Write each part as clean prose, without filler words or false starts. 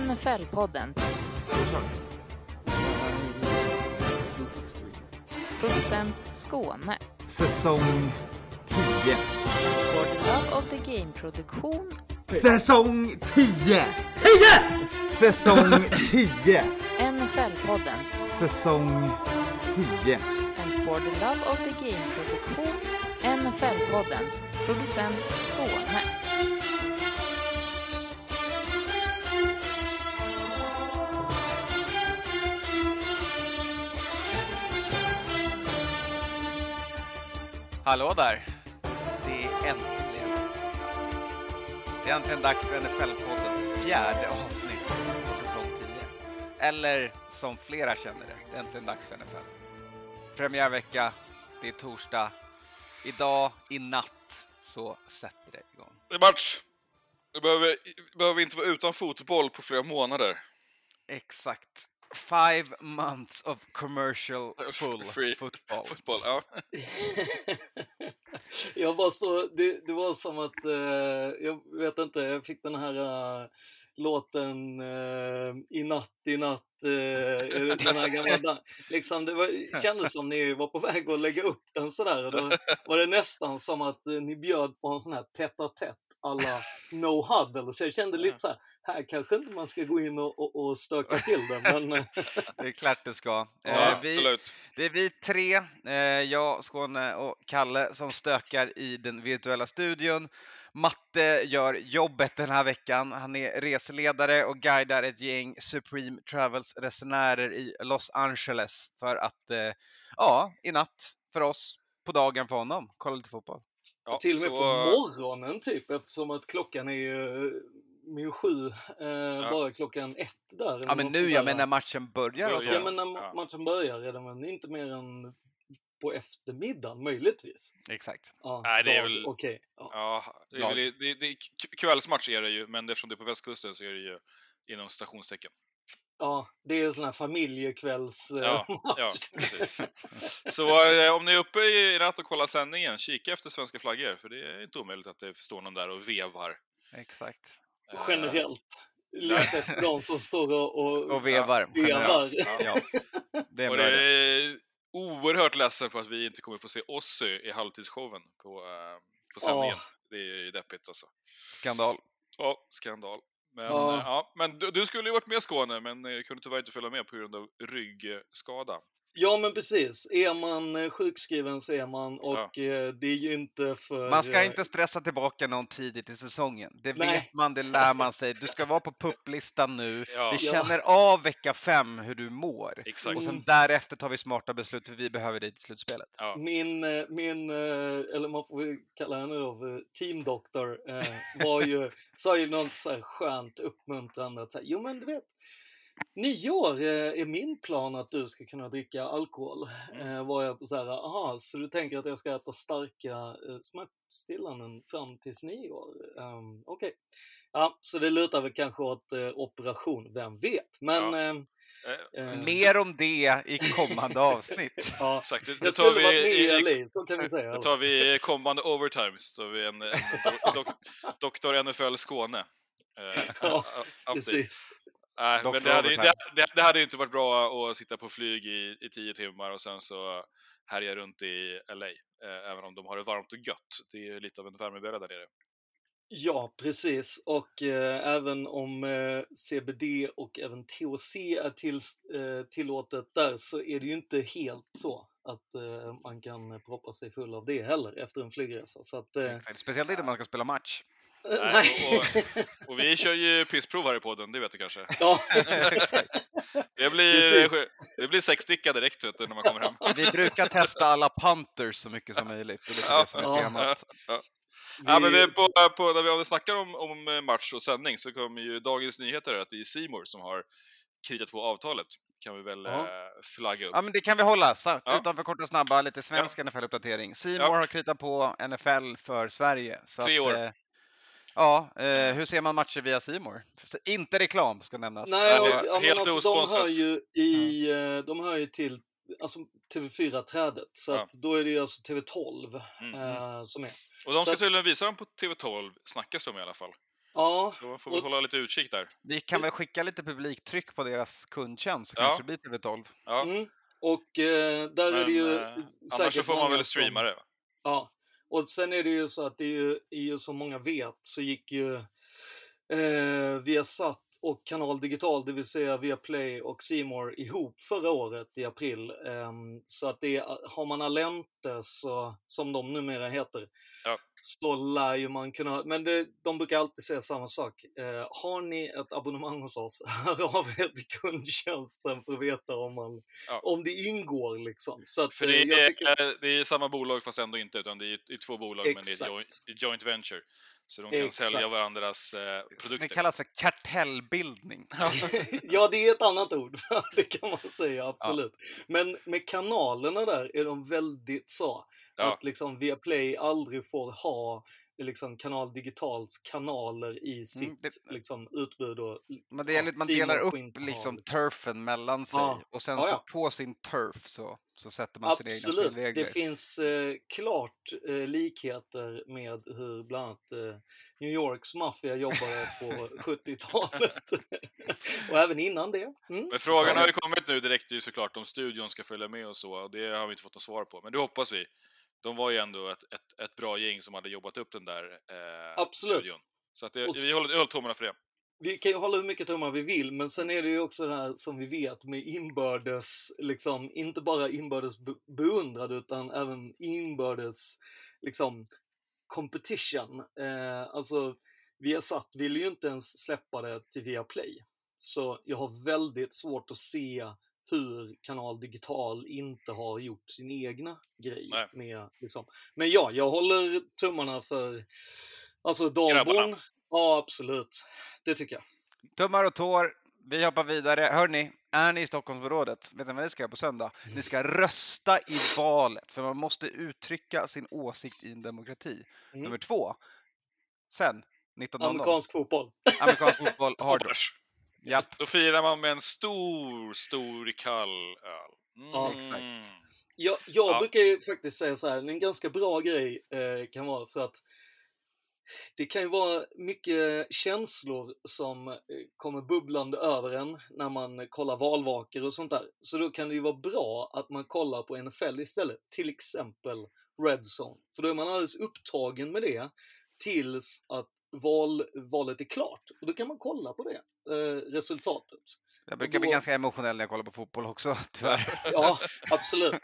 NFL-podden. Producent Skåne. Säsong 10. For the Love of the Game-produktion. Säsong 10! 10! Säsong 10! NFL-podden. Säsong 10. And for the Love of the Game-produktion. NFL-podden. Producent Skåne. Hallå där! Det är äntligen dags för NFL-poddens 4:e avsnitt på säsong 10. Eller som flera känner det är äntligen dags för NFL. Premiärvecka, det är torsdag. Idag, i natt, så sätter det igång. Det är match! Du behöver inte vara utan fotboll på flera månader. Exakt. 5 months of commercial full football. Ja. Jag var så, det var som att, jag vet inte, jag fick den här låten i natt, den här gamla, liksom kändes som ni var på väg att lägga upp den sådär, och då var det nästan som att ni bjöd på en sån här tätt alla no huddle, så jag kände lite så här kanske inte man ska gå in och stöka till det, men det är klart det ska. Ja, absolut. Det är vi tre, jag, Skåne och Kalle, som stökar i den virtuella studion. Matte gör jobbet den här veckan. Han är reseledare och guidar ett gäng Supreme Travels resenärer i Los Angeles för att, i natt för oss, på dagen för honom, kolla lite fotboll. Ja, till och med på morgonen typ, eftersom att klockan är ju 7, bara klockan 1 där. Ja, men nu, men när matchen börjar och så. Ja, men när matchen börjar är det inte mer än på eftermiddagen, möjligtvis. Exakt. Ja, nej, det är väl... Okej. Ja, det är kvällsmatch är det ju, men eftersom det är på västkusten så är det ju inom stationstecken. Ja, det är sån här familjekvälls... Ja, precis. Så om ni är uppe i natt och kollar sändningen, kika efter svenska flaggor, för det är inte omöjligt att det står någon där och vevar. Exakt. Generellt. Lite efter de som står och vevar. Ja. Det är och det är oerhört ledsen för att vi inte kommer få se Ossi i halvtidsshowen på sändningen. Det är ju deppigt alltså. Skandal. Ja, skandal. Men, men du skulle ju varit med, Skåne, men kunde tyvärr inte följa med på grund av ryggskada. Ja, men precis. Är man sjukskriven så är man, och det är ju inte för... Man ska inte stressa tillbaka någon tidigt i säsongen. Det vet man, det lär man sig. Du ska vara på pupplistan nu. Vi känner av vecka 5 hur du mår. Exakt. Och sen därefter tar vi smarta beslut, för vi behöver dig till slutspelet. Ja. Min eller man får väl kalla henne då för teamdoktor, sa ju något så här skönt uppmuntrande att säga, jo men du vet, nyår är min plan att du ska kunna dricka alkohol. Var jag på så här, så du tänker att jag ska äta starka smärtstillanden fram tills nyår? Okej. Ja, så det lutar väl kanske åt operation, vem vet. Men mer om det i kommande avsnitt. Ja, exakt. Det skulle varit med i LA, så kan vi säga. Det tar vi kommande overtimes. Då har vi en doktor NFL Skåne. Ja, precis. Men det hade ju inte varit bra att sitta på flyg i 10 timmar och sen så härja runt i LA, även om de har det varmt och gött. Det är ju lite av en värmebölja där nere. Ja, precis. Och även om CBD och även THC är tillåtet där, så är det ju inte helt så att man kan proppa sig full av det heller efter en flygresa. Så att, speciellt inte om man ska spela match. Nej, och vi kör ju pissprov här i podden, det vet du kanske. Ja, det blir 6 stickar direkt, vet du, när man kommer hem. Vi brukar testa alla punters så mycket som möjligt. Och det är det som är temat. Ja, men när vi snackar om match och sändning så kommer ju dagens nyheter att det är C More som har kritat på avtalet. Kan vi väl flagga upp. Ja, men det kan vi hålla. Utanför kort och snabba, lite svensk NFL-uppdatering. C More har kritat på NFL för Sverige. Så 3 år. Hur ser man matcher via C More? Inte reklam ska nämnas. Nej, helt osponsrat. De hör ju till TV4-trädet, så att då är det ju alltså TV12 som är. Och de ska tydligen visa dem på TV12, snackas de i alla fall. Ja, Så man får väl hålla lite utkik där. Vi kan väl skicka lite publiktryck på deras kundtjänst så Ja. kanske det blir TV12. Ja. Och där är det ju annars så får man många väl streama det. Ja, och sen är det ju så att det är ju som många vet så gick ju Viasat och Kanal Digital, det vill säga Viaplay och C More ihop förra året i april. Så att det har man Allente, så, som de numera heter, så lär ju man kunna, men de brukar alltid säga samma sak. Har ni ett abonnemang hos oss, hör av er till kundtjänsten för att veta om det ingår liksom. Så att, för det är samma bolag fast ändå inte, utan det är 2 bolag. Exakt. Men det är joint venture. Så de kan sälja varandras produkter. Det kallas för kartellbildning. Ja, det är ett annat ord, det kan man säga, absolut. Ja. Men med kanalerna där är de väldigt så, att liksom Viaplay aldrig får ha liksom Kanal Digitals kanaler i sitt liksom utbud. Och, man delar upp liksom turfen mellan sig och sen så på sin turf så sätter man sina egna spelregler. Absolut, det finns klart likheter med hur bland annat New Yorks maffia jobbade på 70-talet och även innan det. Men frågan har ju kommit nu direkt ju såklart om studion ska följa med och så, och det har vi inte fått något svar på, men det hoppas vi. De var ju ändå ett bra gäng som hade jobbat upp den där studion. Så att vi håller tummarna för det. Vi kan ju hålla hur mycket tummar vi vill, men sen är det ju också det här som vi vet med inbördes, liksom, inte bara inbördes beundrad utan även inbördes liksom competition. Alltså Viasat vill ju inte ens släppa det till Viaplay. Så jag har väldigt svårt att se hur Kanal Digital inte har gjort sin egna grej med liksom. Men ja, jag håller tummarna för alltså Dahlborn. Ja, absolut. Det tycker jag. Tummar och tår. Vi hoppar vidare. Hörrni, är ni i Stockholmsområdet? Vet ni vad ni ska göra på söndag? Ni ska rösta i valet, för man måste uttrycka sin åsikt i en demokrati. Nummer 2. Sen 19:00. Amerikansk fotboll. Amerikansk fotboll har du. Japp. Då firar man med en stor kall öl. Ja, exakt. Jag brukar ju faktiskt säga så här, en ganska bra grej kan vara för att det kan ju vara mycket känslor som kommer bubblande över en när man kollar valvakor och sånt där. Så då kan det ju vara bra att man kollar på NFL istället. Till exempel Red Zone. För då är man alldeles upptagen med det tills att valet är klart. Och då kan man kolla på det resultatet. Jag brukar bli ganska emotionell när jag kollar på fotboll också, tyvärr. Ja, absolut.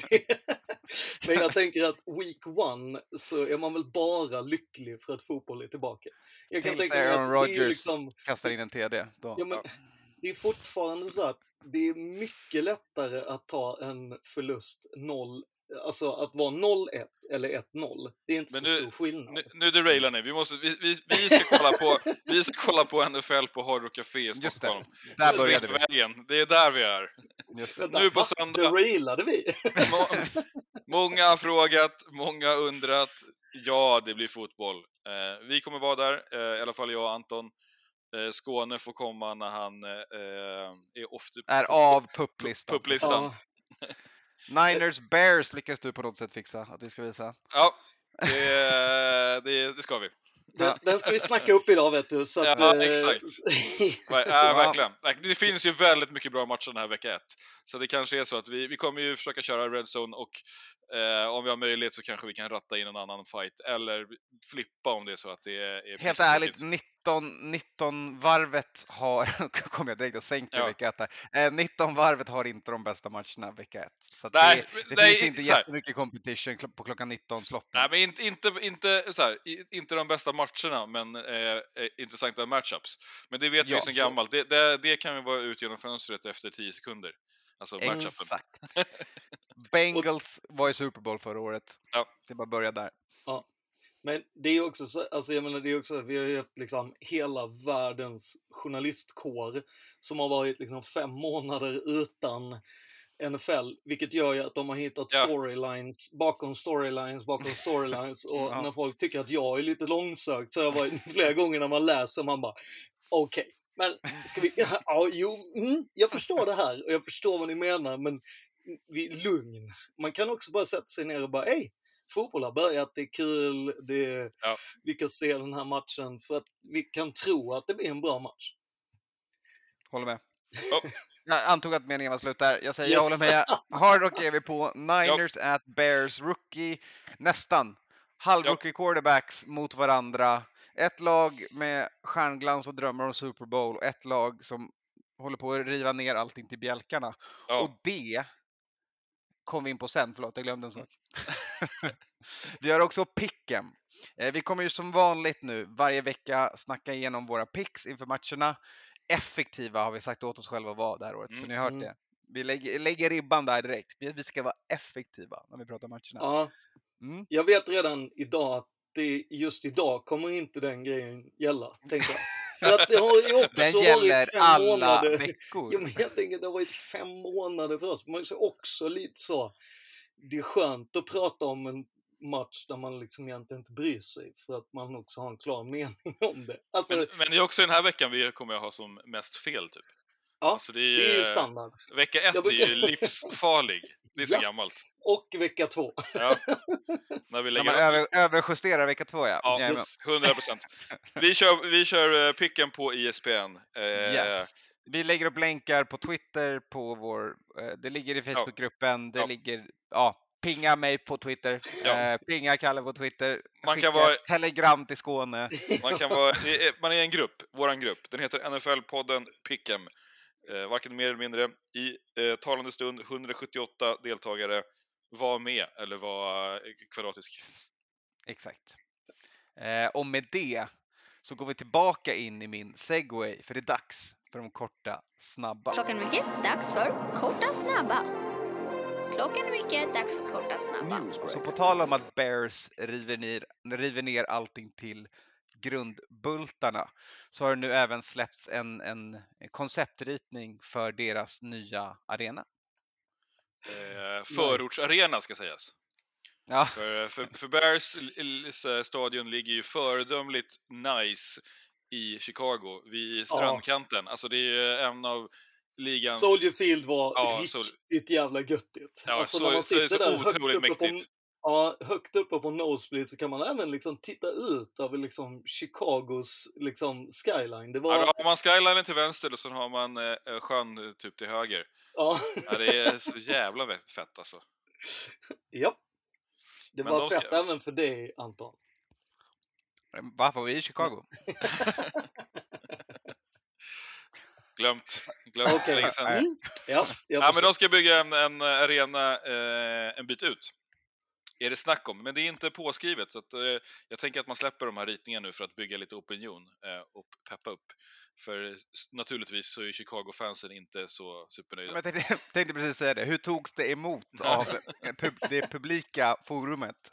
Men jag tänker att week 1 så är man väl bara lycklig för att fotboll är tillbaka. Jag kan tänka mig att Rodgers liksom kastar in en TD. Då. Ja, men det är fortfarande så att det är mycket lättare att ta en förlust 0, alltså att vara 0-1 eller 1-0. Det är inte så stor skillnad. Nu derailar ni. Vi ska kolla på NFL på Hard Rock Café i Stockholm. Där började vi. Det är där vi är. Nu på söndag. Derailade vi? Många har frågat, många har undrat. Ja, det blir fotboll. Vi kommer vara där, i alla fall jag och Anton. Skåne får komma när han är av pupplistan. Ja. Niners Bears lyckas du på något sätt fixa att vi ska visa. Ja, det ska vi. Den ska vi snacka upp idag, vet du. Så att, exakt. Verkligen. Det finns ju väldigt mycket bra matcher den här vecka 1. Så det kanske är så att vi kommer ju försöka köra Red Zone och om vi har möjlighet så kanske vi kan ratta in en annan fight. Eller flippa om det är så att det är helt ärligt, 19 varvet har kommer jag direkt att sänka vecka 1 här. 19 varvet har inte de bästa matcherna vecka 1. Så det finns inte jättemycket competition på klockan 19-slotten. Nej, men inte de bästa matcherna, men intressanta matchups. Men det vet vi sedan gammalt. Det kan vi vara ut genom fönstret efter 10 sekunder. Alltså matchupen. Exakt. Bengals var i Super Bowl förra året. Ja. Det bara börja där. Ja. Men det är ju också så, alltså jag menar, det är också, vi har ju haft liksom hela världens journalistkår som har varit liksom 5 månader utan NFL, vilket gör ju att de har hittat storylines bakom storylines och när folk tycker att jag är lite långsökt så har jag varit flera gånger när man läser man bara okej. Men ska vi... jag förstår det här och jag förstår vad ni menar, men lugn. Man kan också bara sätta sig ner och bara, fotboll har börjat, det är kul, vi kan se den här matchen för att vi kan tro att det blir en bra match. Håller med. Oh. Jag antog att meningen var slut där. Jag säger jag håller med. Hard Rock är vi på. Niners at Bears rookie. Nästan. Halvrookie quarterbacks mot varandra. Ett lag med stjärnglans och drömmar om Super Bowl. Och ett lag som håller på att riva ner allting till bjälkarna. Och det kom vi in på sen. Förlåt, jag glömde en sak. Vi har också picken. Vi kommer ju som vanligt nu varje vecka snacka igenom våra picks inför matcherna. Effektiva har vi sagt åt oss själva att vara det här året. Så ni har hört det. Vi lägger ribban där direkt. Vi ska vara effektiva när vi pratar matcherna. Ja. Jag vet redan idag att just idag kommer inte den grejen gälla, tänker jag. För att det har ju också den gäller varit 5 alla månader. veckor. Ja, men jag tänker att det har varit 5 månader för oss. Man är också lite så. Det är skönt att prata om en match där man liksom egentligen inte bryr sig, för att man också har en klar mening om det. Alltså, men det är också den här veckan vi kommer att ha som mest fel typ. Ja, alltså det är standard. Vecka 1 är ju livsfarlig. Det är så gammalt. Och vecka 2. Ja. När man överjusterar vecka 2, ja. Ja, 100%. Vi kör picken på ESPN. Yes. Vi lägger upp länkar på Twitter, på det ligger i Facebookgruppen, det ligger, pinga mig på Twitter, pinga Kalle på Twitter, man kan vara telegram till Skåne. Man är en grupp, våran grupp, den heter NFL-podden Pick'em. Varken mer eller mindre. I talande stund 178 deltagare. Var med eller var kvadratisk. Exakt. Och med det så går vi tillbaka in i min segway, för det är dags för de korta, snabba. Klockan är mycket, dags för korta, snabba. Klockan är mycket, dags för korta, snabba. Så på tal om att Bears river ner allting till grundbultarna, så har det nu även släppts en konceptritning för deras nya arena. Förortsarena ska sägas. Ja. För Bears stadion ligger ju föredömligt nice i Chicago, vid strandkanten. Alltså det är ju en av ligans... Soldier Field var riktigt jävla göttigt. Ja, alltså, så, när man sitter så där otroligt mäktigt. Högt uppe på nosebleed så kan man även liksom titta ut över liksom Chicagos liksom skyline. Det var... då har man skylinen till vänster och så har man sjön typ till höger. Ja. Det är så jävla fett alltså. Ja. Det var fett även för dig, Anton. Varför var vi i Chicago? Glömt okay. länge sedan. Men de ska bygga en arena en bit ut. Är det snack om, men det är inte påskrivet, så att, jag tänker att man släpper de här ritningarna nu för att bygga lite opinion och peppa upp. För naturligtvis så är Chicago-fansen inte så supernöjda. Men jag tänkte precis säga det. Hur togs det emot av det publika forumet?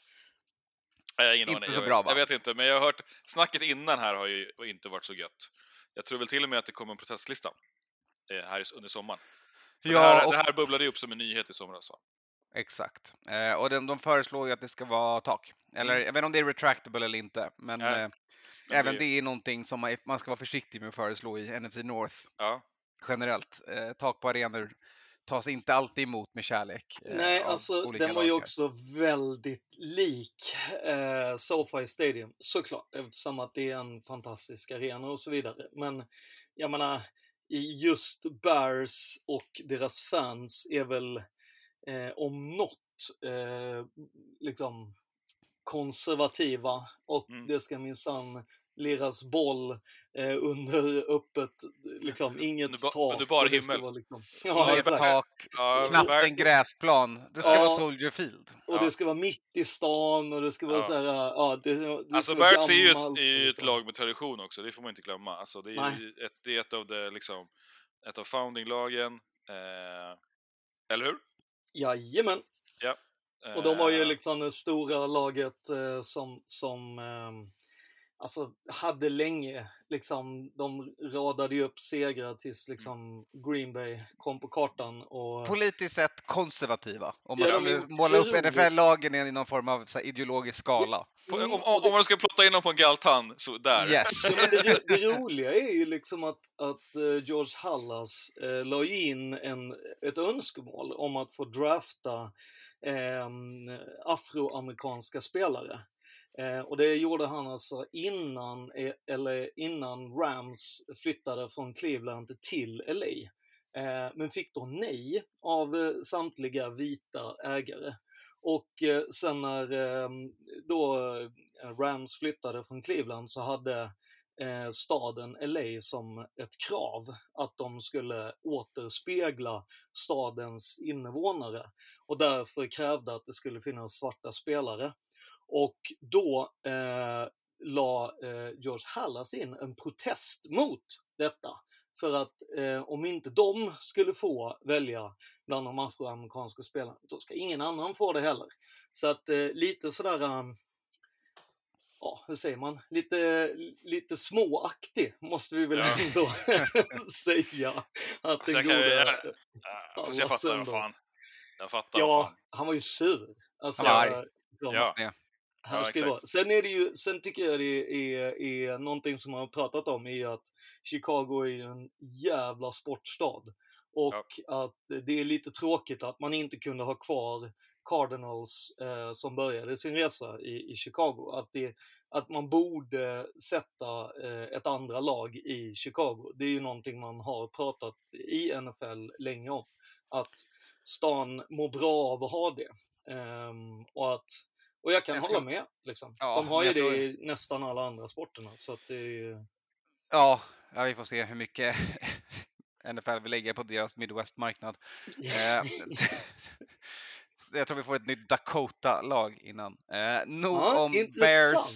Inte så bra, va? Jag vet inte, men jag har hört snacket innan här har ju inte varit så gött. Jag tror väl till och med att det kommer en protestlista här under sommaren. Det här bubblade upp som en nyhet i somras, va? Exakt. Och de föreslår ju att det ska vara tak. Eller jag vet inte om det är retractable eller inte. Men även det är någonting som man ska vara försiktig med att föreslå i NFC North. Ja. Generellt. Tak på arenor tas inte alltid emot med kärlek. Nej, alltså den var ju också väldigt lik SoFi Stadium, såklart. Eftersom att det är en fantastisk arena och så vidare. Men jag menar, just Bears och deras fans är väl om något liksom konservativa, och det ska minsann liras boll under öppet, liksom inget tak. Underbar himmel. Liksom, tak, knappt en gräsplan. Det ska vara Soldier Field. Och det ska vara mitt i stan, och det ska vara så här, det alltså Bears är ju ett lag med tradition också, det får man inte glömma. Alltså det är ju ett av founding-lagen, eller hur? Jajamän. Ja. Och de var ju liksom det stora laget som alltså hade länge liksom, de radade ju upp segrar tills liksom Green Bay kom på kartan. Och politiskt sett konservativa, om man skulle måla upp NFL-lagen i någon form av så här ideologisk skala. Om man ska plotta in dem på en galtan, så där. Yes. Ja, men det roliga är ju liksom att George Halas la in ett önskemål om att få drafta afroamerikanska spelare. Och det gjorde han alltså innan Rams flyttade från Cleveland till LA. Men fick då nej av samtliga vita ägare. Och sen när då Rams flyttade från Cleveland så hade staden LA som ett krav att de skulle återspegla stadens invånare. Och därför krävde att det skulle finnas svarta spelare. Och då la George Halas in en protest mot detta. För att om inte de skulle få välja bland de afroamerikanska spelarna, då ska ingen annan få det heller. Så att lite sådär, ja, hur säger man? Lite småaktig måste vi väl ändå säga. Att den goda... Fast jag fattar vad fan. Ja, han var ju sur. Alltså, han var arg. Sen tycker jag det är någonting som man har pratat om är att Chicago är en jävla sportstad. Och att det är lite tråkigt att man inte kunde ha kvar Cardinals som började sin resa i Chicago. Att man borde sätta ett andra lag i Chicago. Det är ju någonting man har pratat i NFL länge om. Att stan mår bra av att ha det. Och jag kan hålla med. Liksom. Ja, de har ju det i nästan alla andra sporterna. Så att det är... Ja, vi får se hur mycket NFL vill lägga på deras Midwest-marknad. Jag tror vi får ett nytt Dakota-lag innan. Om Bears.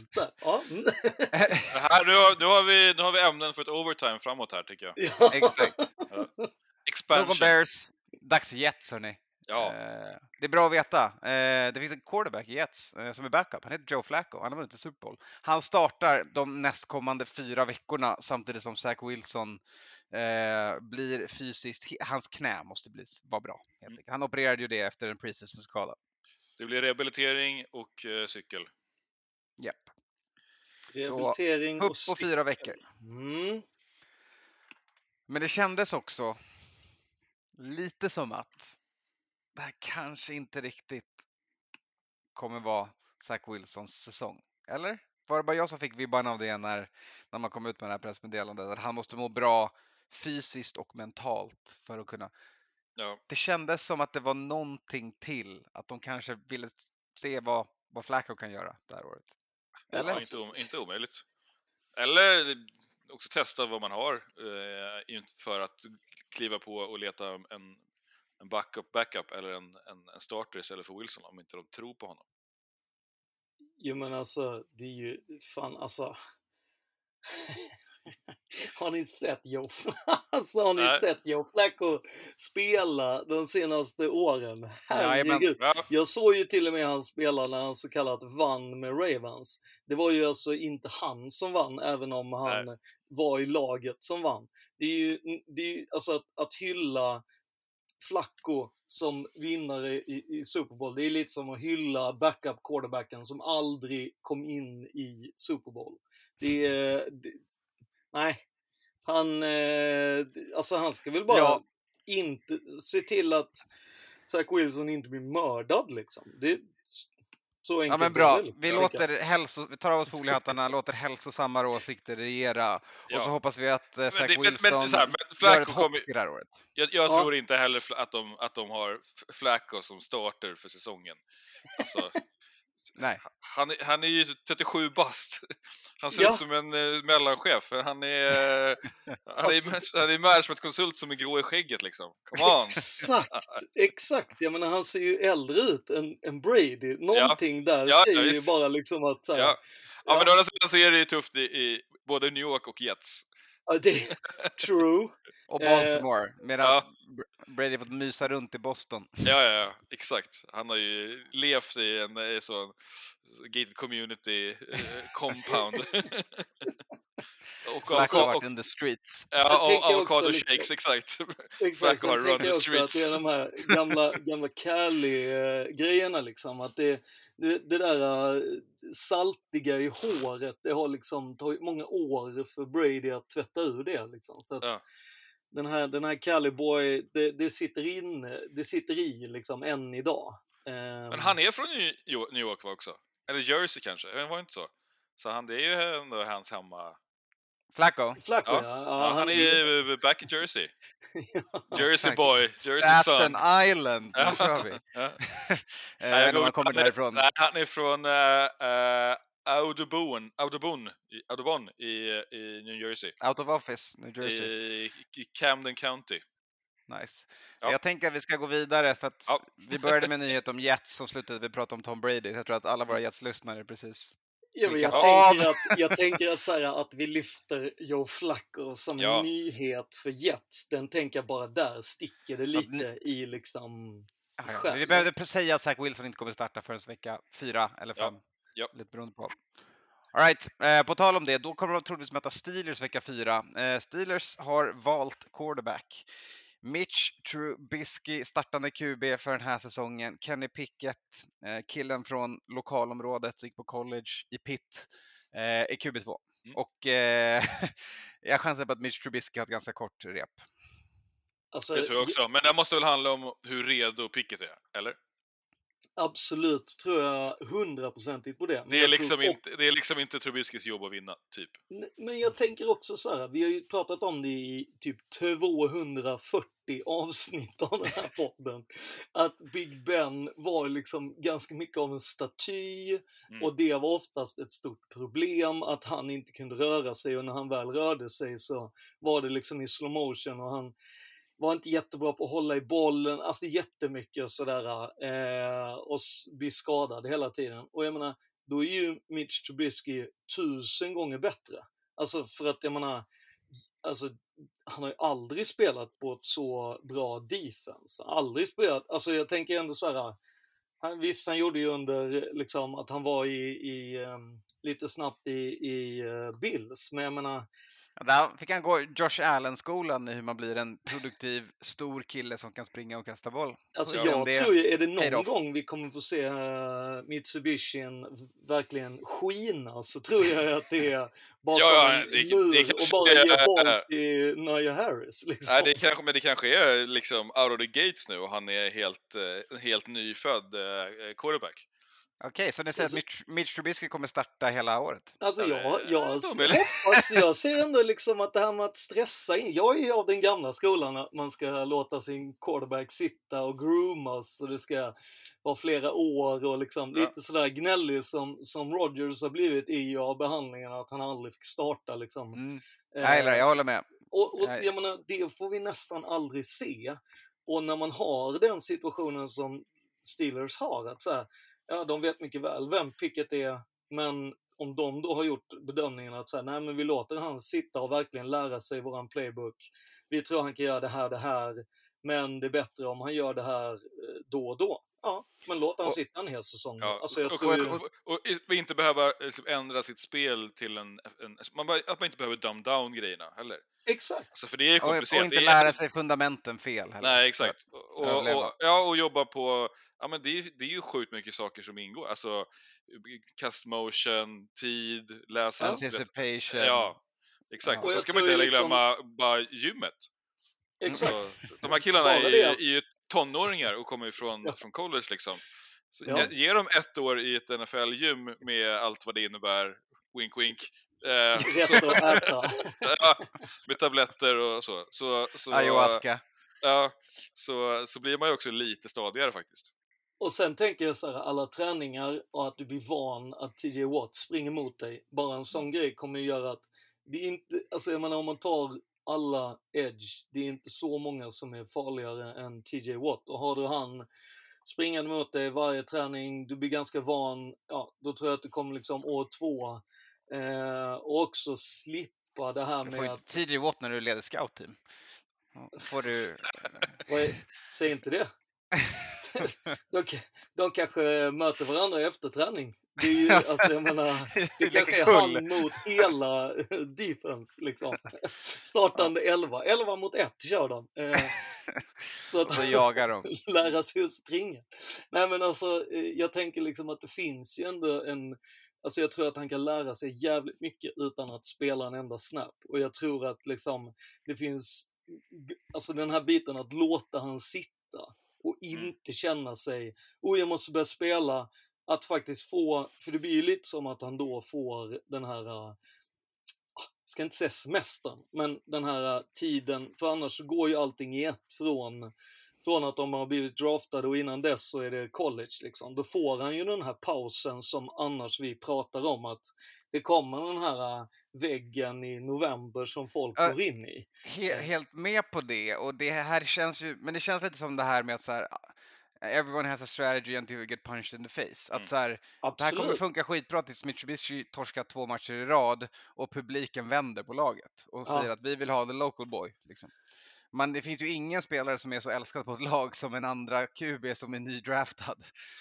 Nu har vi ämnen för ett overtime framåt här, tycker jag. Ja. Exakt. Expansion. Om Bears. Dags för Jets, hörni. Ja. Det är bra att veta. Det finns en quarterback i Jets som är backup. Han heter Joe Flacco. Han har vunnit Super Bowl. Han startar de nästkommande 4 veckorna samtidigt som Zach Wilson blir fysiskt... Hans knä måste vara bra. Han opererade ju det efter en preseason-skada. Det blir rehabilitering och cykel. Japp. Rehabilitering så, och upp på 4 veckor. Men det kändes också lite som att det här kanske inte riktigt kommer vara Zach Wilsons säsong. Eller? Var det bara jag som fick vibbarna av det när man kom ut med det här pressmeddelandet? Att han måste må bra fysiskt och mentalt för att kunna... Ja. Det kändes som att det var någonting till. Att de kanske ville se vad Flacco kan göra det här året. Eller? Ja, inte omöjligt. Eller också testa vad man har för att kliva på och leta en backup eller en starter istället för Wilson om inte de tror på honom. Jo, men alltså, det är ju fan, alltså... Har ni sett Joe Flacco spela de senaste åren? Herregud. Jag såg ju till och med han spela när han så kallat vann med Ravens. Det var ju alltså inte han som vann, även om han var i laget som vann. Det är ju alltså att hylla Flacco som vinnare i Super Bowl. Det är lite som att hylla backup quarterbacken som aldrig kom in i Super Bowl. Nej, han ska väl bara inte se till att Zach Wilson inte blir mördad liksom. Det är så enkelt. Ja, men bra. Vi tar av foliehattarna, låter hälsosamma åsikter regera. Och så hoppas vi att Zach Wilson gör ett hopp i det här året. Jag tror inte heller att de har Flacco som starter för säsongen. Alltså, nej. Han är ju 37 bast. Han ser ut som en mellanchef. Han är managementkonsult som är grå i skägget liksom. Come on. Exakt. Jag menar, han ser ju äldre ut än Brady. Någonting där säger ju bara liksom att... Men å andra sidan så är det ju tufft i både New York och Jets. Ja, det är true. Och Baltimore, medan Brady fått mysa runt i Boston. Ja, exakt. Han har ju levt i en sån gated community compound. Och har varit in the streets. Ja, och avocado shakes, exakt. Exakt, sen tänker jag också att det är de här gamla Cali-grejerna liksom. Att det där saltiga i håret, det har liksom tagit många år för Brady att tvätta ur det liksom. Så att den här Cali Boy, det sitter i liksom än idag. Men han är från New York också. Eller Jersey kanske, det var inte så. Så det är ju ändå hans hemma... Flacco? Flacco, Ja, han är ju back in Jersey. Jersey Tack. boy, Jersey son. Staten Island, nu kör vi. Ja. När man kommer därifrån. Nej, han är från Audubon i New Jersey. Out of office, New Jersey. I Camden County. Nice. Ja. Jag tänker att vi ska gå vidare för att vi började med en nyhet om Jets som slutade vi prata om Tom Brady. Jag tror att alla våra Jets-lyssnare precis. Ja, men jag tänker att säga att vi lyfter Joe Flacco som en nyhet för Jets. Den tänker jag bara där sticker det lite i liksom... Vi behövde säga att Zach Wilson inte kommer starta förrän vecka 4 eller 5. Ja. Lite beroende på. All right. På tal om det, då kommer de troligtvis möta Steelers vecka 4. Steelers har valt quarterback. Mitch Trubisky, startande QB för den här säsongen. Kenny Pickett, killen från lokalområdet, gick på college i Pitt, är QB2. Och jag chansar på att Mitch Trubisky har ett ganska kort rep. Alltså, det tror jag också, men det måste väl handla om hur redo Pickett är, eller? Absolut, tror jag 100% på det. Det är liksom inte Trubiskys jobb att vinna, typ. Men jag tänker också så här, vi har ju pratat om det i typ 240 avsnitt av den här podden. Att Big Ben var liksom ganska mycket av en staty och det var oftast ett stort problem att han inte kunde röra sig, och när han väl rörde sig så var det liksom i slow motion och han var inte jättebra på att hålla i bollen, alltså jättemycket sådär, och bli skadad hela tiden. Och jag menar, då är ju Mitch Trubisky 1000 gånger bättre. Alltså för att jag menar, alltså han har ju aldrig spelat på ett så bra defense. Aldrig spelat, alltså jag tänker ändå så här, visst han gjorde ju under liksom att han var lite snabbt i Bills, men jag menar, där fick han gå Josh Allen-skolan i hur man blir en produktiv, stor kille som kan springa och kasta boll. Alltså jag tror ju, är det någon gång vi kommer få se Mitsubishi verkligen skina, så tror jag att det är bara och bara ge boll till Nia Harris. Liksom. Nej, det kanske är liksom out of the gates nu och han är helt nyfödd quarterback. Okej, så ni säger att Mitch Trubisky kommer starta hela året? Alltså jag ser ändå liksom att det här med att stressa in, jag är ju av den gamla skolan att man ska låta sin quarterback sitta och groomas och det ska vara flera år och liksom lite sådär gnällig som Rodgers har blivit i av behandlingen, att han aldrig fick starta liksom. Jag håller med. Och jag menar, det får vi nästan aldrig se. Och när man har den situationen som Steelers har, att så här, ja, de vet mycket väl vem Pickett är, men om de då har gjort bedömningen att säga, nej men vi låter han sitta och verkligen lära sig våran playbook. Vi tror han kan göra det här, men det är bättre om han gör det här då och då. Ja, men låt han sitta en hel säsong. Ja, alltså, och inte behöva liksom ändra sitt spel till att man inte behöver dumb down grejerna heller. Exakt. Alltså, för det är komplicerat. Och inte lära sig fundamenten fel heller. Nej, exakt. Och jobba på, ja men det är ju sjukt mycket saker som ingår. Alltså cast motion, tid, läsa anticipation. Ja, exakt. Och så ska man inte heller glömma bara gymmet. Exakt. Så, de här killarna är ju tonåringar och kommer från college liksom. Så ge dem 1 år i ett NFL-gym med allt vad det innebär, wink wink. Rätt att äta. Med tabletter och så. Ayahuasca. Ja, så blir man ju också lite stadigare faktiskt. Och sen tänker jag så här, alla träningar och att du blir van att TJ Watt springer mot dig. Bara en sån grej kommer ju göra att det är inte, alltså jag menar om man tar alla edge, det är inte så många som är farligare än TJ Watt. Och har du han springande mot dig varje träning, du blir ganska van, ja, då tror jag att du kommer liksom år 2 och också slippa det här med att... TJ Watt när du leder scoutteam. Får du... Säg inte det. De kanske möter varandra i efterträning. Det är ju, alltså jag menar, det kanske är han mot hela defense liksom. Startande 11 mot 1 kör de. Så att och så jagar de. lära sig att springa. Nej men alltså, jag tänker liksom att det finns ju ändå alltså jag tror att han kan lära sig jävligt mycket utan att spela en enda snap. Och jag tror att liksom det finns, alltså den här biten att låta han sitta och inte känna sig, jag måste börja spela, att faktiskt få, för det blir ju lite som att han då får den här, ska inte säga semestern, men den här tiden, för annars så går ju allting i ett från att de har blivit draftade och innan dess så är det college liksom. Då får han ju den här pausen som annars vi pratar om, att det kommer den här väggen i november som folk går in i. Helt med på det, och det här känns ju, men det känns lite som det här med att så här, everyone has a strategy until you get punched in the face. Att så här, det här kommer funka skitbra tills Mitsubishi torskar 2 matcher i rad och publiken vänder på laget och säger att vi vill ha the local boy. Liksom. Men det finns ju ingen spelare som är så älskad på ett lag som en andra QB som är nydraftad.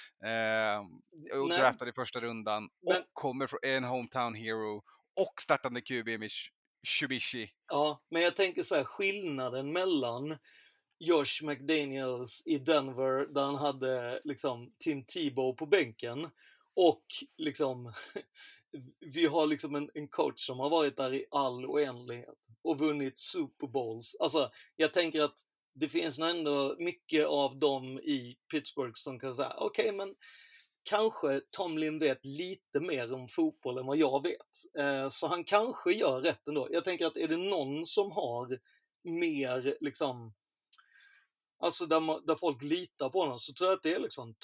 Och draftad i första rundan och kommer från en hometown hero och startande QB med Mitsubishi. Ja, men jag tänker så här, skillnaden mellan Josh McDaniels i Denver där han hade liksom Tim Tebow på bänken och liksom vi har liksom en coach som har varit där i all oändlighet och vunnit Super Bowls. Alltså, jag tänker att det finns nog ändå mycket av dem i Pittsburgh som kan säga, okej, men kanske Tomlin vet lite mer om fotboll än vad jag vet. Så han kanske gör rätt ändå. Jag tänker att är det någon som har mer liksom, alltså där folk litar på honom, så tror jag att det är liksom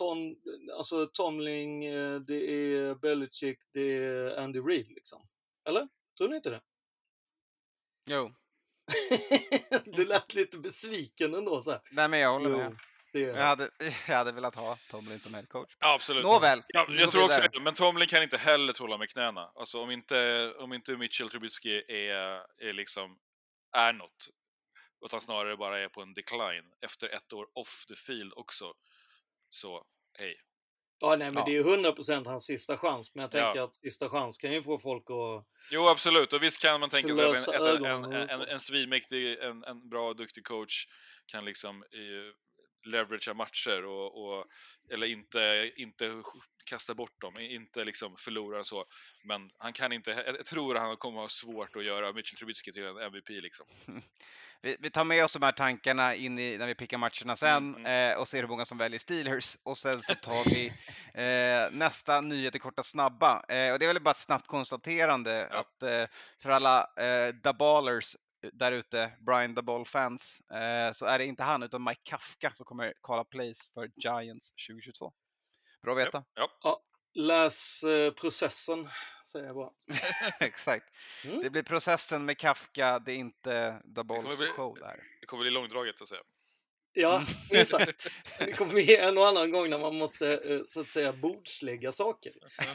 Tomlin, det är Belichick, det är Andy Reid liksom. Eller? Tror ni inte det? Jo. Du lät lite besviken ändå så här. Nej, men jag håller med. Det Jag hade velat ha Tomlin som head coach. Ja, absolut. Nåväl. Ja, jag tror också det, men Tomlin kan inte heller trolla med knäna. Alltså om inte Mitchell Trubisky är liksom är något, utan snarare bara är på en decline efter 1 år off the field också. Så, hej. Ja, nej, men det är ju 100% hans sista chans. Men jag tänker att sista chans kan ju få folk att... Jo, absolut. Och visst kan man tänka sig att en svinmäktig, en bra, duktig coach kan liksom leveragea matcher eller inte kasta bort dem, inte liksom förlora och så. Men han kan inte, jag tror han kommer ha svårt att göra Mitchell Trubisky till en MVP liksom. Vi tar med oss de här tankarna in i när vi pickar matcherna sen och ser hur många som väljer Steelers, och sen så tar vi nästa nyhet i korta snabba. Och det är väl bara ett snabbt konstaterande att för alla Daballers där ute, Brian Daball-fans, så är det inte han utan Mike Kafka som kommer kalla plays för Giants 2022. Bra att veta. Ja, läs processen, säger jag bara. Exakt. Det blir processen med Kafka, det är inte Daballs show där. Det kommer bli långdraget så att säga. Ja, exakt. Det kommer bli en och annan gång när man måste så att säga bordslägga saker.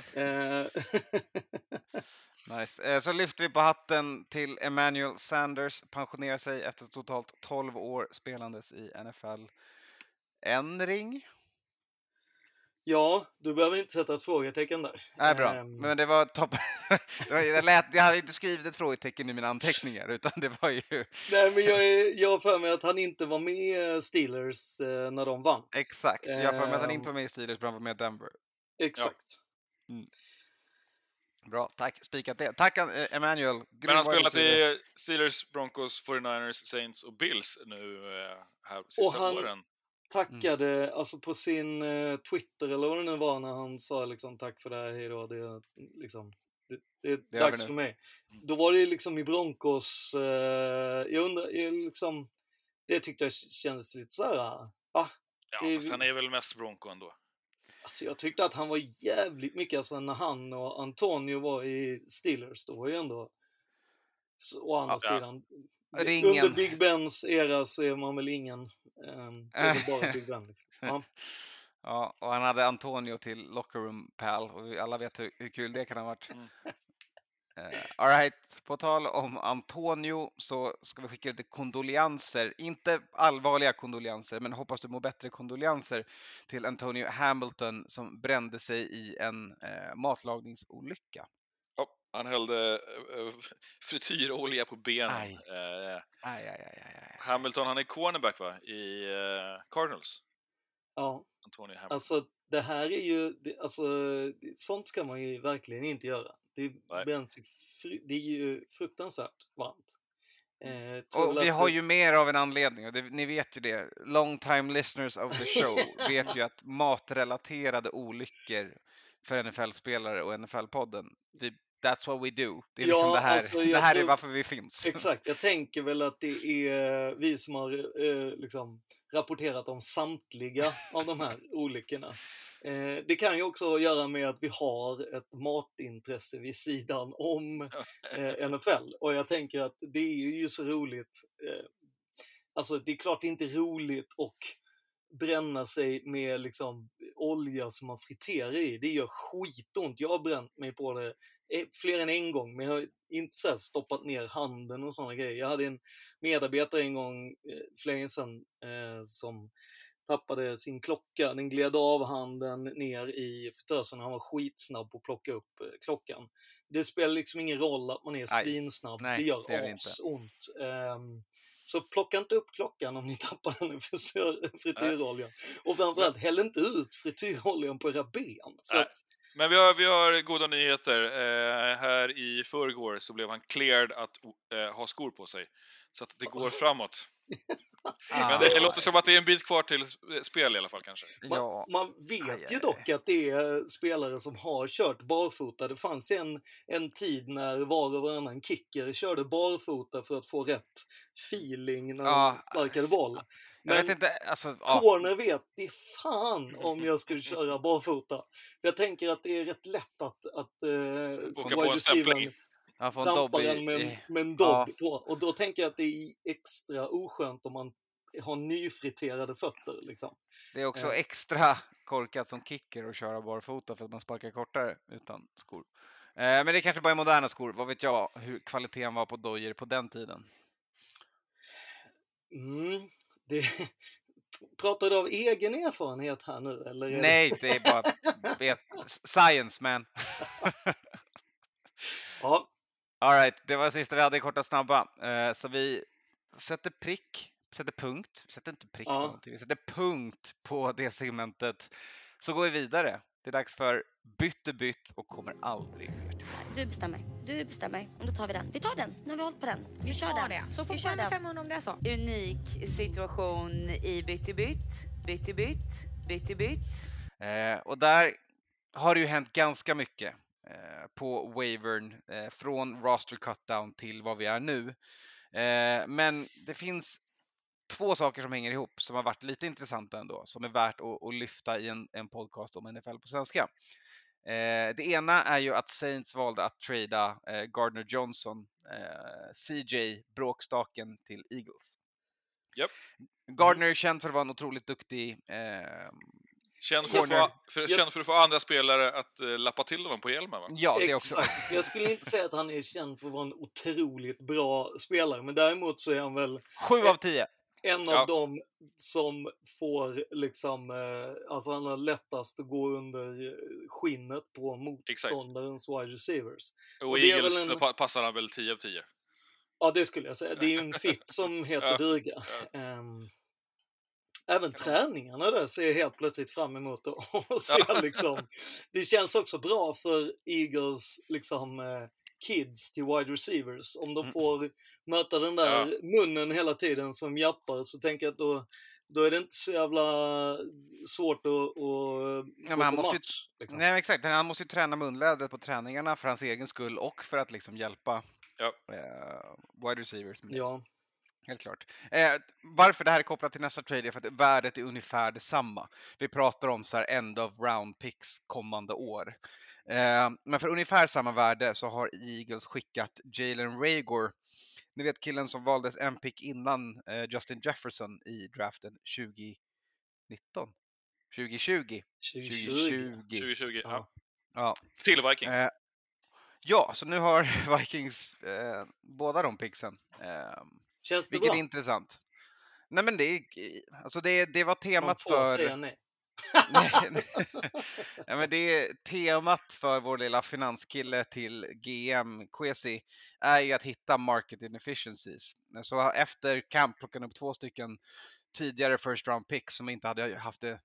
Nice. Så lyfter vi på hatten till Emmanuel Sanders, pensionerar sig efter totalt 12 år spelandes i NFL. En ring? Ja, du behöver inte sätta ett frågetecken där. Nej, bra. Men det var topp. Jag hade inte skrivit ett frågetecken i mina anteckningar, utan det var ju... Nej, men jag har för mig att han inte var med Steelers när de vann. Exakt. Jag har för mig att han inte var med i Steelers, men han var med Denver. Exakt. Ja. Bra, tack. Spikat det. Tack, Emmanuel. Men han spelat i Steelers, Broncos, 49ers, Saints och Bills nu här sista åren. Tackade alltså på sin Twitter eller vad det nu var, när han sa liksom tack för det här, hejdå, det är liksom det är dags för mig. Då var det liksom i Broncos, jag undrar liksom, det tyckte jag kändes lite så här. Ja, fast han är väl mest Bronco ändå. Alltså jag tyckte att han var jävligt mycket, alltså när han och Antonio var i Steelers, då var ju ändå å andra sidan ringen. Under Big Bens era så är man väl ingen det är väl bara Big Ben liksom. Ja, och han hade Antonio till locker room pal, och vi alla vet hur kul det kan ha varit. All right, på tal om Antonio så ska vi skicka lite kondolianser, inte allvarliga kondolianser, men hoppas du mår bättre kondolianser till Antonio Hamilton som brände sig i en matlagningsolycka. Ja, han hällde frityrolja på benen. Hamilton, han är cornerback va? I Cardinals. Ja. Antonio Hamilton. Alltså det här är ju, sånt ska man ju verkligen inte göra. Det är ju fruktansvärt varmt. Och vi har ju mer av en anledning, och ni vet ju det. Long time listeners of the show vet ju att matrelaterade olyckor för NFL-spelare och NFL-podden, that's what we do. Det är liksom det här, alltså, det här är varför vi finns. Exakt, jag tänker väl att det är vi som har liksom rapporterat om samtliga av de här olyckorna. Det kan ju också göra med att vi har ett matintresse vid sidan om NFL. Och jag tänker att det är ju så roligt. Alltså det är klart det är inte roligt att bränna sig med liksom olja som man friterar i. Det gör skitont. Jag har bränt mig på det fler än en gång, men jag har inte så här stoppat ner handen och sådana grejer. Jag hade en medarbetare en gång för länge sedan som tappade sin klocka. Den gled av handen ner i fritösen. Han var skitsnabb på att plocka upp klockan. Det spelar liksom ingen roll att man är svinsnabb. Nej, det gör ont. Så plocka inte upp klockan om ni tappar den i frityroljan. Och framförallt, häll inte ut frityroljan på era ben. För att... Men vi har goda nyheter. Här i förrgår så blev han cleared att ha skor på sig. Så att det går framåt. Men det låter som att det är en bit kvar till spel i alla fall kanske. Man vet ju dock att det är spelare som har kört barfota. Det fanns en tid när var och varannan kicker körde barfota för att få rätt feeling när de sparkade boll. Men jag vet inte, alltså, corner vet det fan om jag skulle köra barfota. Jag tänker att det är rätt lätt att åka på en stämpling. Trampar den med en dobb på. Och då tänker jag att det är extra oskönt om man har nyfriterade fötter. Liksom. Det är också extra korkat som kicker att köra barfota för att man sparkar kortare utan skor. Men det är kanske bara är moderna skor. Vad vet jag hur kvaliteten var på dojor på den tiden? Pratar du av egen erfarenhet här nu? Eller Nej, det är bara science, man. Ja. All right, det var det sista vi hade i korta snabba. Så vi sätter punkt. Vi sätter inte prick på någonting. Vi sätter punkt på det segmentet. Så går vi vidare. Det är dags för bytt och kommer aldrig mer till. Du bestämmer. Och då tar vi den. Vi tar den. Nu har vi hållit på den. Vi kör den. Det. Så får vi köra 500 om det är så. Unik situation i bytt. Och där har det ju hänt ganska mycket på wavern från roster cutdown till vad vi är nu. Men det finns två saker som hänger ihop som har varit lite intressanta ändå, som är värt att lyfta i en podcast om NFL på svenska. Det ena är ju att Saints valde att trada Gardner Johnson, CJ bråkstaken till Eagles. Yep. Gardner är känd för att vara en otroligt duktig känd för att få andra spelare att lappa till honom på hjälmen, va? Ja, det också. Jag skulle inte säga att han är känd för att vara en otroligt bra spelare, men däremot så är han väl 7 av 10. En av dem som får liksom, alltså han har lättast att gå under skinnet på motståndarens wide receivers. Och Eagles passar han väl 10 av 10? Ja, det skulle jag säga. Det är ju en fit som heter duga. Även träningarna där ser jag helt plötsligt fram emot och ser liksom, det känns också bra för Eagles liksom kids till wide receivers. Om de får möta den där munnen hela tiden som jappar, så tänker jag att då är det inte så jävla svårt att han måste match, liksom. Nej, exakt. Han måste ju träna munlädret på träningarna för hans egen skull och för att liksom hjälpa wide receivers. Ja. Helt klart. Varför det här är kopplat till nästa trade är för att värdet är ungefär detsamma. Vi pratar om så här end of round picks kommande år. Men för ungefär samma värde så har Eagles skickat Jalen Reagor. Ni vet killen som valdes en pick innan Justin Jefferson i draften 2020. Ja. Till Vikings. Så nu har Vikings båda de picksen. Känns det vilket bra? är intressant. Nej, men det var temat för... Ja, men det är temat för vår lilla finanskille till GM Kwesi är ju att hitta market inefficiencies. Så efter camp plockade upp 2 stycken tidigare first round picks som inte hade haft det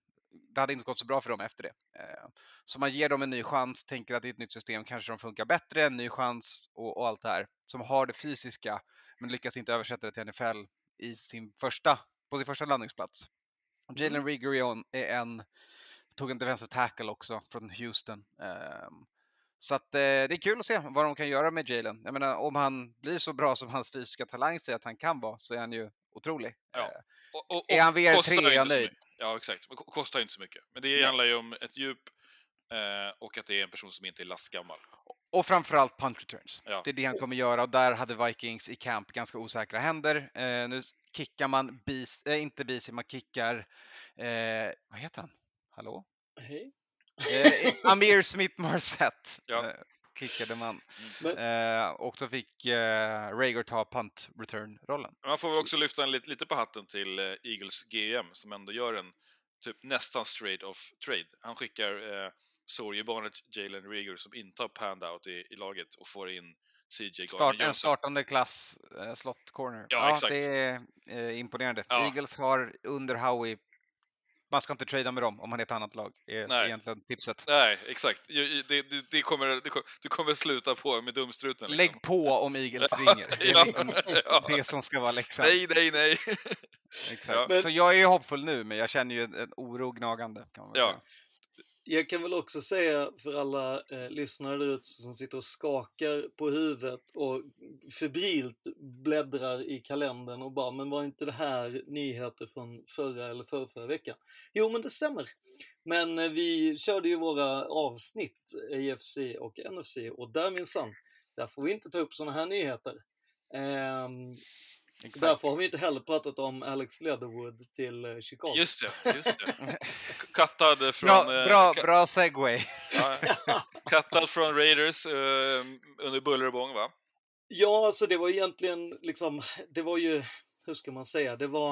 det hade inte gått så bra för dem efter det. Så man ger dem en ny chans, tänker att i ett nytt system kanske de funkar bättre, en ny chans och allt det här. Som har det fysiska, men lyckas inte översätta det till NFL på sin första landningsplats. Jalen Reagor tog en defensive tackle också från Houston. Så att det är kul att se vad de kan göra med Jalen. Jag menar, om han blir så bra som hans fysiska talang säger att han kan vara, så är han ju otrolig. Ja. Är han VR3 är jag nöjd. Ja, exakt. Men kostar inte så mycket. Men det handlar ju om ett djup och att det är en person som inte är lastgammal. Och framförallt punt returns. Ja. Det är det han kommer göra, och där hade Vikings i camp ganska osäkra händer. Nu kickar man inte BC, man kickar vad heter han? Hallå? Hej. Amir Smith-Marset kickade man. Och så fick Reagor ta punt return-rollen. Man får väl också lyfta lite på hatten till Eagles GM som ändå gör en typ nästan straight off trade. Han skickar sorgebarnet Jalen Reagor som inte har panned out i laget och får in CJ Gardner-Johnson. En startande klass slot corner. Ja, exakt. Det är imponerande. Ja. Eagles har under Howie, man ska inte trada med dem om man är ett annat lag, är egentligen tipset. Nej, exakt. Du kommer sluta på med dumstruten. Liksom. Lägg på om Eagles ringer. Det är det som ska vara läxan. Nej. Exakt. Ja. Så jag är hoppfull nu, men jag känner ju en oro gnagande. Kan man säga. Jag kan väl också säga för alla lyssnare där ute som sitter och skakar på huvudet och febrilt bläddrar i kalendern och bara, men var inte det här nyheter från förra eller förra veckan? Jo, men det stämmer. Men vi körde ju våra avsnitt AFC och NFC, och där minsann, där får vi inte ta upp såna här nyheter. Så därför har vi inte heller pratat om Alex Leatherwood till Chicago. Just det. Kattad från... Bra segway. Kattad från Raiders under buller och bång, va? Ja, alltså det var egentligen liksom, det var ju, hur ska man säga, det var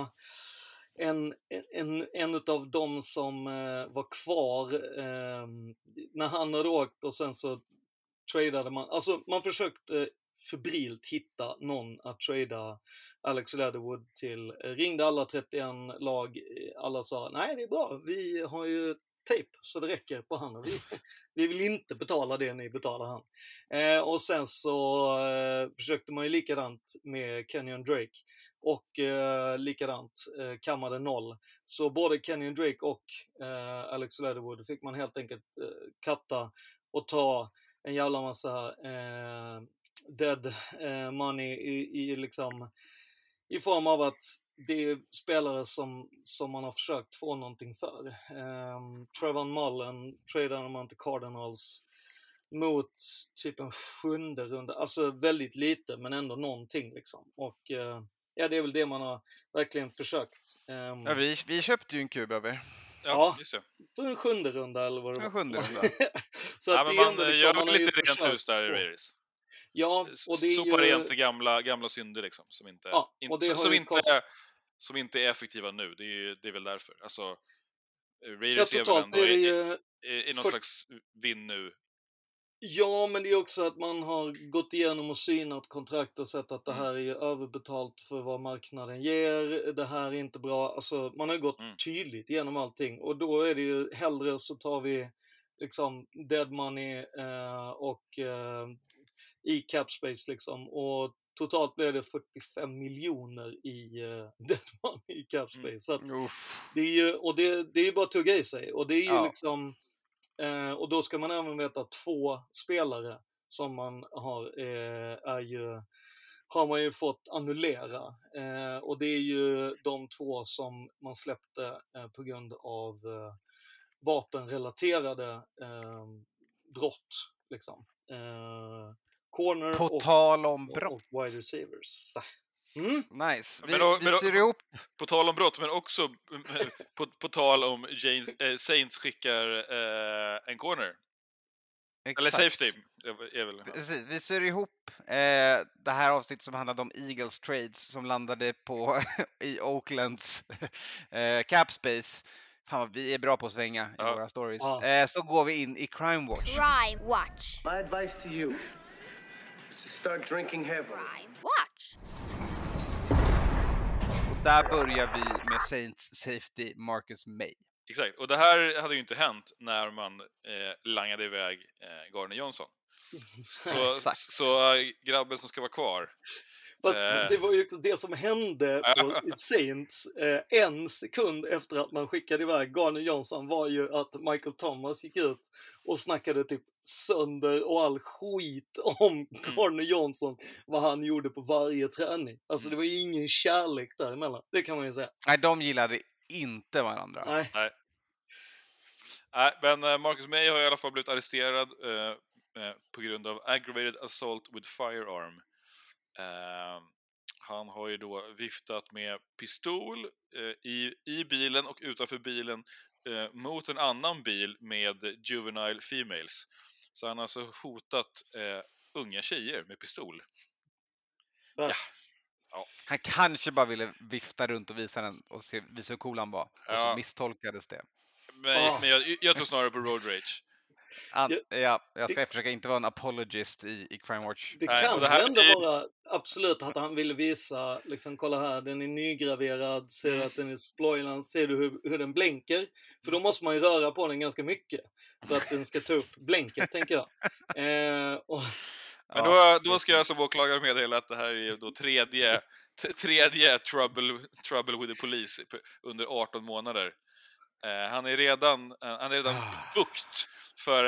en utav dem som var kvar när han hade åkt, och sen så tradade man, alltså man försökte febrilt hitta någon att trada Alex Leatherwood till. Ringde alla 31 lag, alla sa nej, det är bra, vi har ju tape så det räcker på han, och vi vill inte betala det ni betalar han. Och sen så försökte man ju likadant med Kenyon Drake, och likadant kammade 0. Så både Kenyon Drake och Alex Leatherwood fick man helt enkelt katta och ta en jävla massa dead money i liksom, i form av att det är spelare som man har försökt få någonting för. Trevon Mullen tradade man till Cardinals mot typ en 7:e runda, alltså väldigt lite men ändå någonting liksom. Och ja, det är väl det man har verkligen försökt. Ja, vi köpte ju en kub över. Ja, just det. För en 7:e runda eller vad det var. En 7:e runda. Så ja, att men det är man ändå liksom, gör lite rent hus där i Raiders. Ja, och det är sopar ju... rent till gamla synder liksom, som inte, ja, som inte är effektiva nu. Det är väl därför. Alltså, Raiders ja, är väl ändå är någon slags vinn nu. Ja, men det är också att man har gått igenom och synat kontrakt och sett att det här är överbetalt för vad marknaden ger. Det här är inte bra. Alltså, man har gått tydligt igenom allting. Och då är det ju hellre så tar vi liksom dead money och i cap space liksom. Och totalt blev det 45 miljoner i dead money i cap space. Så att det är ju, och det är bara att tugga i sig. Och det är ju liksom... och då ska man även veta att 2 spelare som man har man ju fått annullera. Och det är ju de 2 som man släppte på grund av vapenrelaterade brott. Liksom. Corner på tal om brott. Och wide receivers. Nice. Vi ser ihop. På tal om brott, men också på tal om Saints skickar en corner. Exakt. Eller safety. Är väl. Precis. Vi ser ihop det här avsnittet som handlade om Eagles trades som landade på i Oaklands cap space. Fan, vi är bra på att svänga i våra stories. Så går vi in i Crime Watch. Crime Watch. My advice to you is to start drinking heavily. Crime Watch. Och där börjar vi med Saints safety Marcus May. Exakt, och det här hade ju inte hänt när man langade iväg Gardner Johnson. Så grabben som ska vara kvar. Fast det var ju det som hände på Saints en sekund efter att man skickade iväg Gardner Johnson var ju att Michael Thomas gick ut och snackade typ sönder och all skit om Gardner Johnson, vad han gjorde på varje träning. Alltså det var ju ingen kärlek däremellan, det kan man ju säga. Nej, de gillade inte varandra. Nej. Nej, men Marcus May har i alla fall blivit arresterad på grund av aggravated assault with firearm. Han har ju då viftat med pistol i bilen och utanför bilen mot en annan bil med juvenile females. Så han har alltså hotat unga tjejer med pistol. Ja. Ja. Han kanske bara ville vifta runt och visa hur cool han var. Och så misstolkades det. Men jag tror snarare på road rage. Jag ska försöka inte vara en apologist i Crime Watch. Det kan ändå vara absolut att han ville visa, liksom, kolla här, den är nygraverad, ser att den är splojlad, ser du hur den blänker? För då måste man ju röra på den ganska mycket för att den ska ta upp blänket, tänker jag. Men då ska jag som åklagare meddela att det här är då tredje trouble with the police under 18 månader. Han är redan bukt för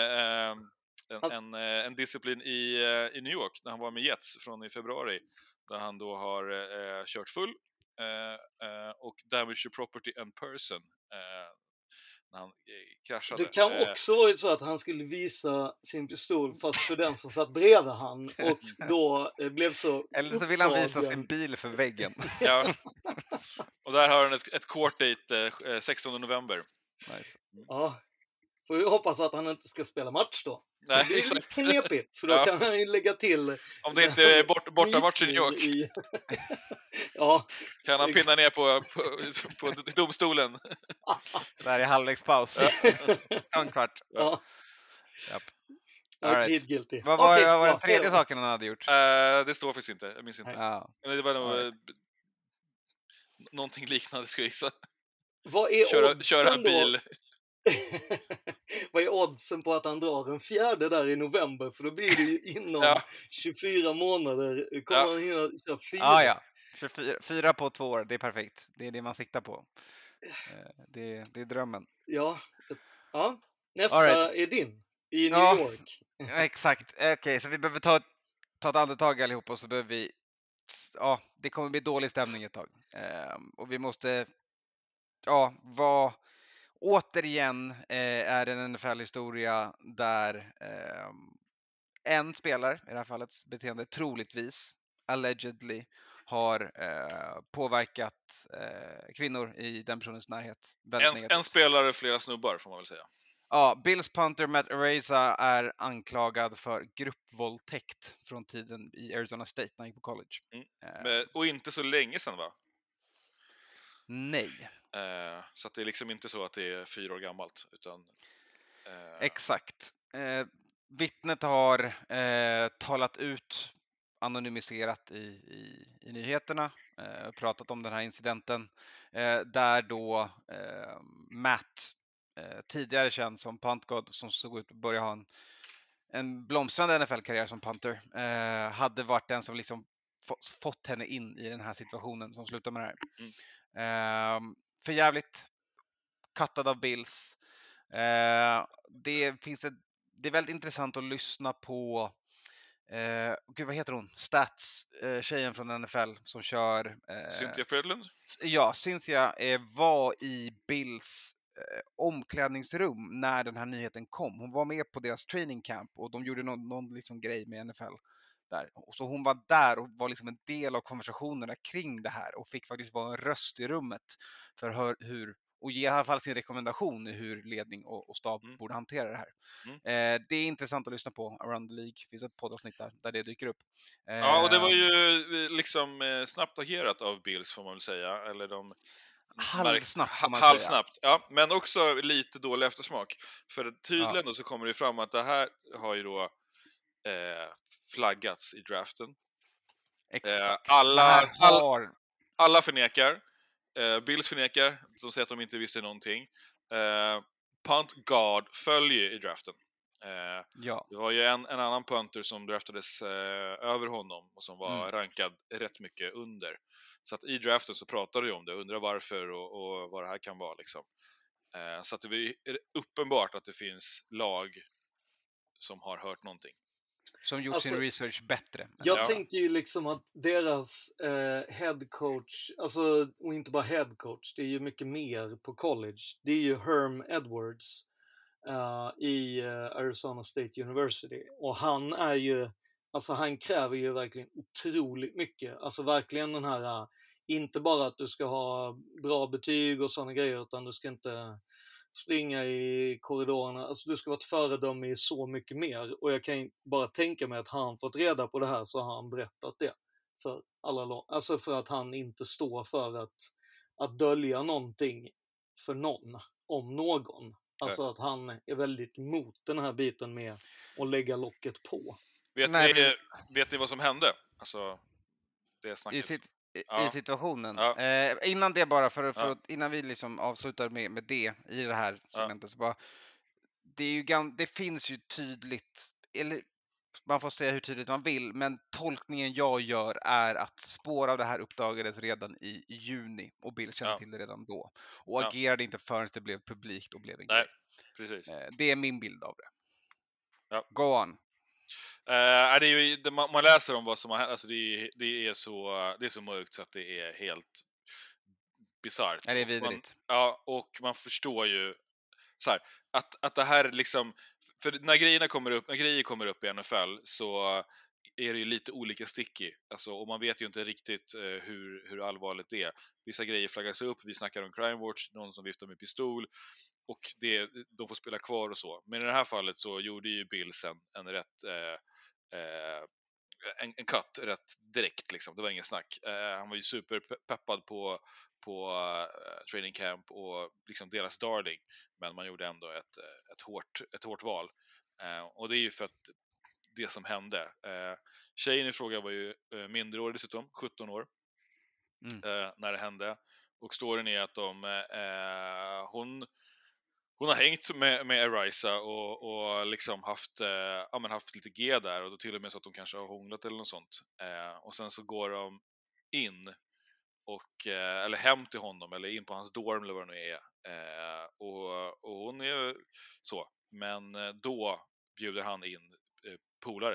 en disciplin i New York när han var med Jets från i februari, där han då har kört full och damage to property and person när han kraschade. Det kan också vara så att han skulle visa sin pistol fast för den som satt bredvid han och då blev så eller så vill han visa sin bil för väggen. Ja. Och där har han ett court date 16 november. Nice. Ja. Får vi hoppas att han inte ska spela match då. Nej, det är lite knepigt, för då kan han ju lägga till... Om det inte är bortamatch i New York. Ja. Kan han pinna ner på domstolen. Det här är halvlekspaus. En kvart. Ja. Japp. Right. Guilty. Vad var den tredje saken han hade gjort? Det står faktiskt inte, jag minns inte. Men det var nog någonting liknande, ska jag gissa. Vad är köra bil. Vad är oddsen på att han drar en fjärde där i november? För då blir det ju inom 24 månader. Kommer han hinna köra 4? 24 på 2 år, det är perfekt. Det är det man siktar på. Det är drömmen. Ja. Nästa är din. I New York. Exakt. Okej, så vi behöver ta ett andetag allihop, och så behöver vi... Ja, det kommer bli dålig stämning ett tag. Och vi måste... Ja, återigen är det en NFL-historia där en spelare, i det här fallets beteende, troligtvis, allegedly, har påverkat kvinnor i den personens närhet. En spelare, flera snubbar, får man väl säga. Ja, Bills punter Matt Araiza är anklagad för gruppvåldtäkt från tiden i Arizona State när han gick på college. Och inte så länge sedan, va? Nej. Så att det är liksom inte så att det är 4 år gammalt, utan... Exakt. Vittnet har talat ut anonymiserat i nyheterna, pratat om den här incidenten, där då Matt, tidigare känd som punt god, som såg ut att börja ha en blomstrande NFL-karriär som punter, hade varit den som liksom fått henne in i den här situationen som slutar med det här. För jävligt kattad av Bills. Det är väldigt intressant att lyssna på gud, vad heter hon? Stats, tjejen från NFL som kör Cynthia Fredlund? Ja, Cynthia var i Bills omklädningsrum när den här nyheten kom. Hon var med på deras training camp och de gjorde någon liksom grej med NFL där. Så hon var där och var liksom en del av konversationerna kring det här och fick faktiskt vara en röst i rummet för hur, och ge i alla fall sin rekommendation i hur ledning och stab borde hantera det här. Det är intressant att lyssna på Around the League. Det finns ett poddavsnitt där det dyker upp. Ja, och det var ju liksom snabbt agerat av Bills, får man väl säga. Eller de... Halvsnabbt, ja. Men också lite dålig eftersmak. För tydligen då så kommer det fram att det här har ju då flaggats i draften. Exakt. Alla förnekar. Bills förnekar. De säger att de inte visste någonting. Punt guard följer i draften. Ja. Det var ju en annan punter som draftades över honom och som var rankad rätt mycket under. Så att i draften så pratade vi om det, undrar varför och vad det här kan vara liksom. Så att det är uppenbart att det finns lag som har hört någonting. Som gjort sin research bättre. Jag tänker ju liksom att deras head coach, alltså, och inte bara head coach, det är ju mycket mer på college. Det är ju Herm Edwards i Arizona State University. Och han är ju, alltså han kräver ju verkligen otroligt mycket. Alltså verkligen den här, inte bara att du ska ha bra betyg och sådana grejer, utan du ska inte springa i korridorerna. Alltså du ska vara ett föredöme i så mycket mer. Och jag kan bara tänka mig att han fått reda på det här, så har han berättat det för alla lag. Alltså för att han inte står för att dölja någonting för någon om någon. Alltså att han är väldigt emot den här biten med att lägga locket på. Vet ni vad som hände? Alltså, det snacket. I situationen. Innan det bara, för att, innan vi liksom avslutar med det i det här segmentet, så bara, det finns ju tydligt, eller man får säga hur tydligt man vill, men tolkningen jag gör är att spår av det här uppdagades redan i juni och Bill kände till det redan då och agerade inte förrän det blev publikt och blev en grej. Precis. Det är min bild av det. Go on. Det är ju, man läser om vad som har hänt, alltså det är så mörkt så att det är helt bisarrt. Det är vidrigt. Och man förstår ju så här, att det här liksom, för när grejer kommer upp i NFL så är det ju lite olika sticky. Alltså, och man vet ju inte riktigt hur allvarligt det är. Vissa grejer flaggas upp, vi snackar om Crime Watch, någon som viftar med pistol, och de får spela kvar och så. Men i det här fallet så gjorde ju Bills en rätt en cut rätt direkt liksom. Det var ingen snack. Han var ju superpeppad på training camp och liksom deras darling, men man gjorde ändå ett hårt val. Och det är ju för att det som hände. Tjejen i fråga var ju mindreårig dessutom, 17 år när det hände. Och storyn är att hon har hängt med Arisa och liksom haft lite G där, och då till och med så att de kanske har hånglat eller något sånt. Och sen så går de in eller hem till honom eller in på hans dorm eller vad det nu är. Och hon är så, men då bjuder han in polare,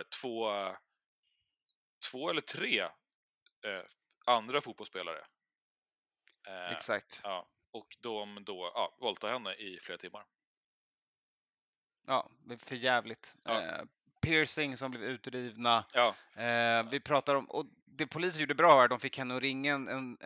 två eller tre andra fotbollsspelare. Exakt. Ja, och de då våldtar henne i flera timmar. Ja, det är för jävligt. Piercing som blev utdrivna. Ja. Vi pratar om, och det polisen gjorde bra här, de fick henne att ringa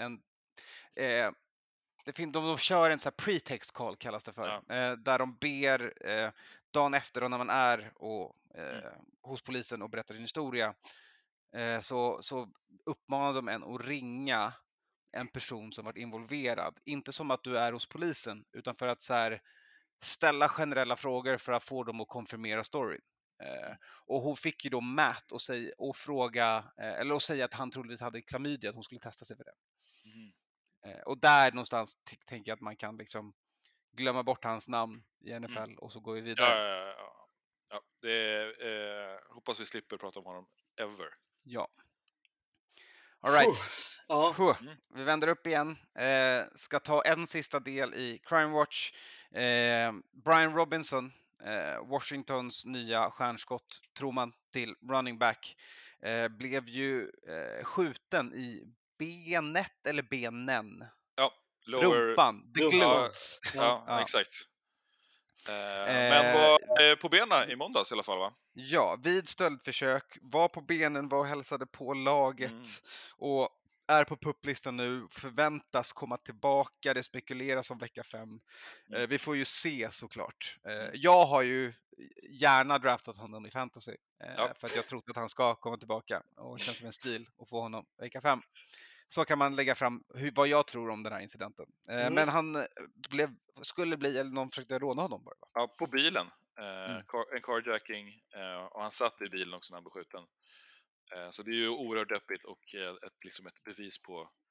de kör en så här pretext call kallas det för, där de ber dagen efter, och när man är hos polisen och berättar sin historia, så uppmanar de en att ringa en person som varit involverad, inte som att du är hos polisen, utan för att så här ställa generella frågor för att få dem att konfirmera storyn. Och hon fick ju då Matt och fråga, eller att säga att han troligtvis hade klamydia, att hon skulle testa sig för det. Och där någonstans tänker jag att man kan liksom glömma bort hans namn i NFL och så går vi vidare. Ja, det hoppas vi slipper prata om honom ever. Ja. All right. Vi vänder upp igen. Ska ta en sista del i Crime Watch. Brian Robinson, Washingtons nya stjärnskott, tror man, till running back, blev ju skjuten i benet eller benen. Ja, rumpan, the gloves. Ja, exakt. Men var på benen i måndags i alla fall, va? Ja, vid stöldförsök, var på benen, var och hälsade på laget och är på pupplistan nu, förväntas komma tillbaka, det spekuleras om vecka 5. Vi får ju se såklart. Jag har ju gärna draftat honom i fantasy för att jag tror att han ska komma tillbaka, och det känns som en stil att få honom vecka 5. Så kan man lägga fram vad jag tror om den här incidenten. Men han skulle bli, eller någon försökte råna honom bara, va? Ja, på bilen. En carjacking, och han satt i bilen också när han blev skjuten. Så det är ju oerhört deppigt och ett bevis på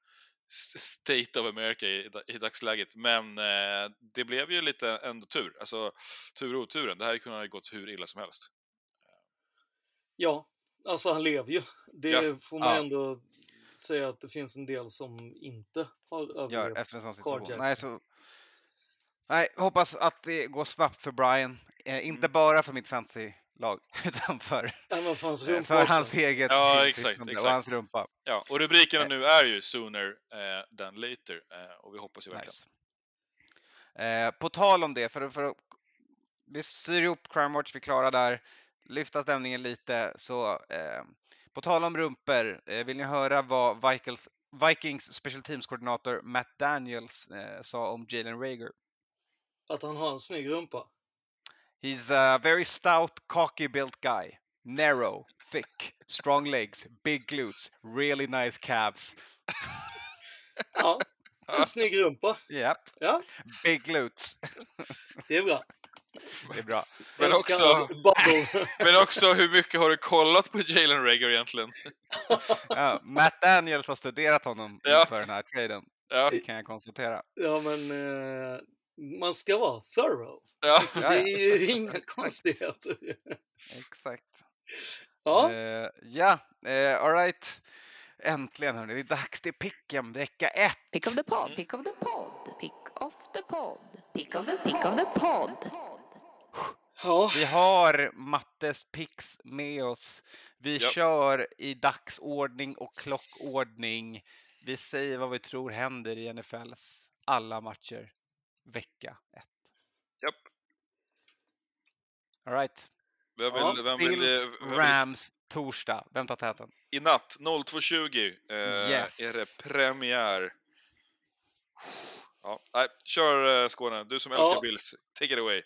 state of America i dagsläget. Men det blev ju lite ändå tur. Alltså tur och oturen. Det här kunde ha gått hur illa som helst. Ja, alltså han lever ju. Det får man ändå säga att det finns en del som inte har överlevt. Efter en sån situation. Nej, hoppas att det går snabbt för Brian. Inte bara för mitt fantasy-lag, utan för hans eget exakt. Och hans rumpa. Ja, och rubrikerna nu är ju sooner than later. Och vi hoppas ju verkligen. Nice. På tal om det, för vi syr ihop Crime Watch, vi klarar där. Lyfta stämningen lite. Så på tal om rumper, vill ni höra vad Vikings special teams-koordinator Matt Daniels sa om Jalen Reagor? Att han har en snygg rumpa. He's a very stout, cocky-built guy. Narrow, thick, strong legs, big glutes, really nice calves. Ja, en snygg rumpa. Yep. Ja. Big glutes. Det är bra. Det är bra. Men också hur mycket har du kollat på Jalen Reagor egentligen? Ja, Matt Daniels har studerat honom inför den här traden. Ja. Det kan jag konstatera. Ja, men man ska vara thorough. Ja. Alltså, det är ju inga konstigheter. Exakt. Ja. All right. Äntligen hörni, det är dags till picken vecka 1. Pick of the pod, pick of the pod, pick of the pod, pick of the pod. Ja. Vi har Mattes picks med oss. Vi kör i dagsordning och klockordning. Vi säger vad vi tror händer i NFLs alla matcher vecka 1. Japp. All right. Bills, Rams, torsdag. Vem tar täten? I natt 02:20 är det premiär. Ja, nej, kör Skåne. Du som älskar Bills. Take it away.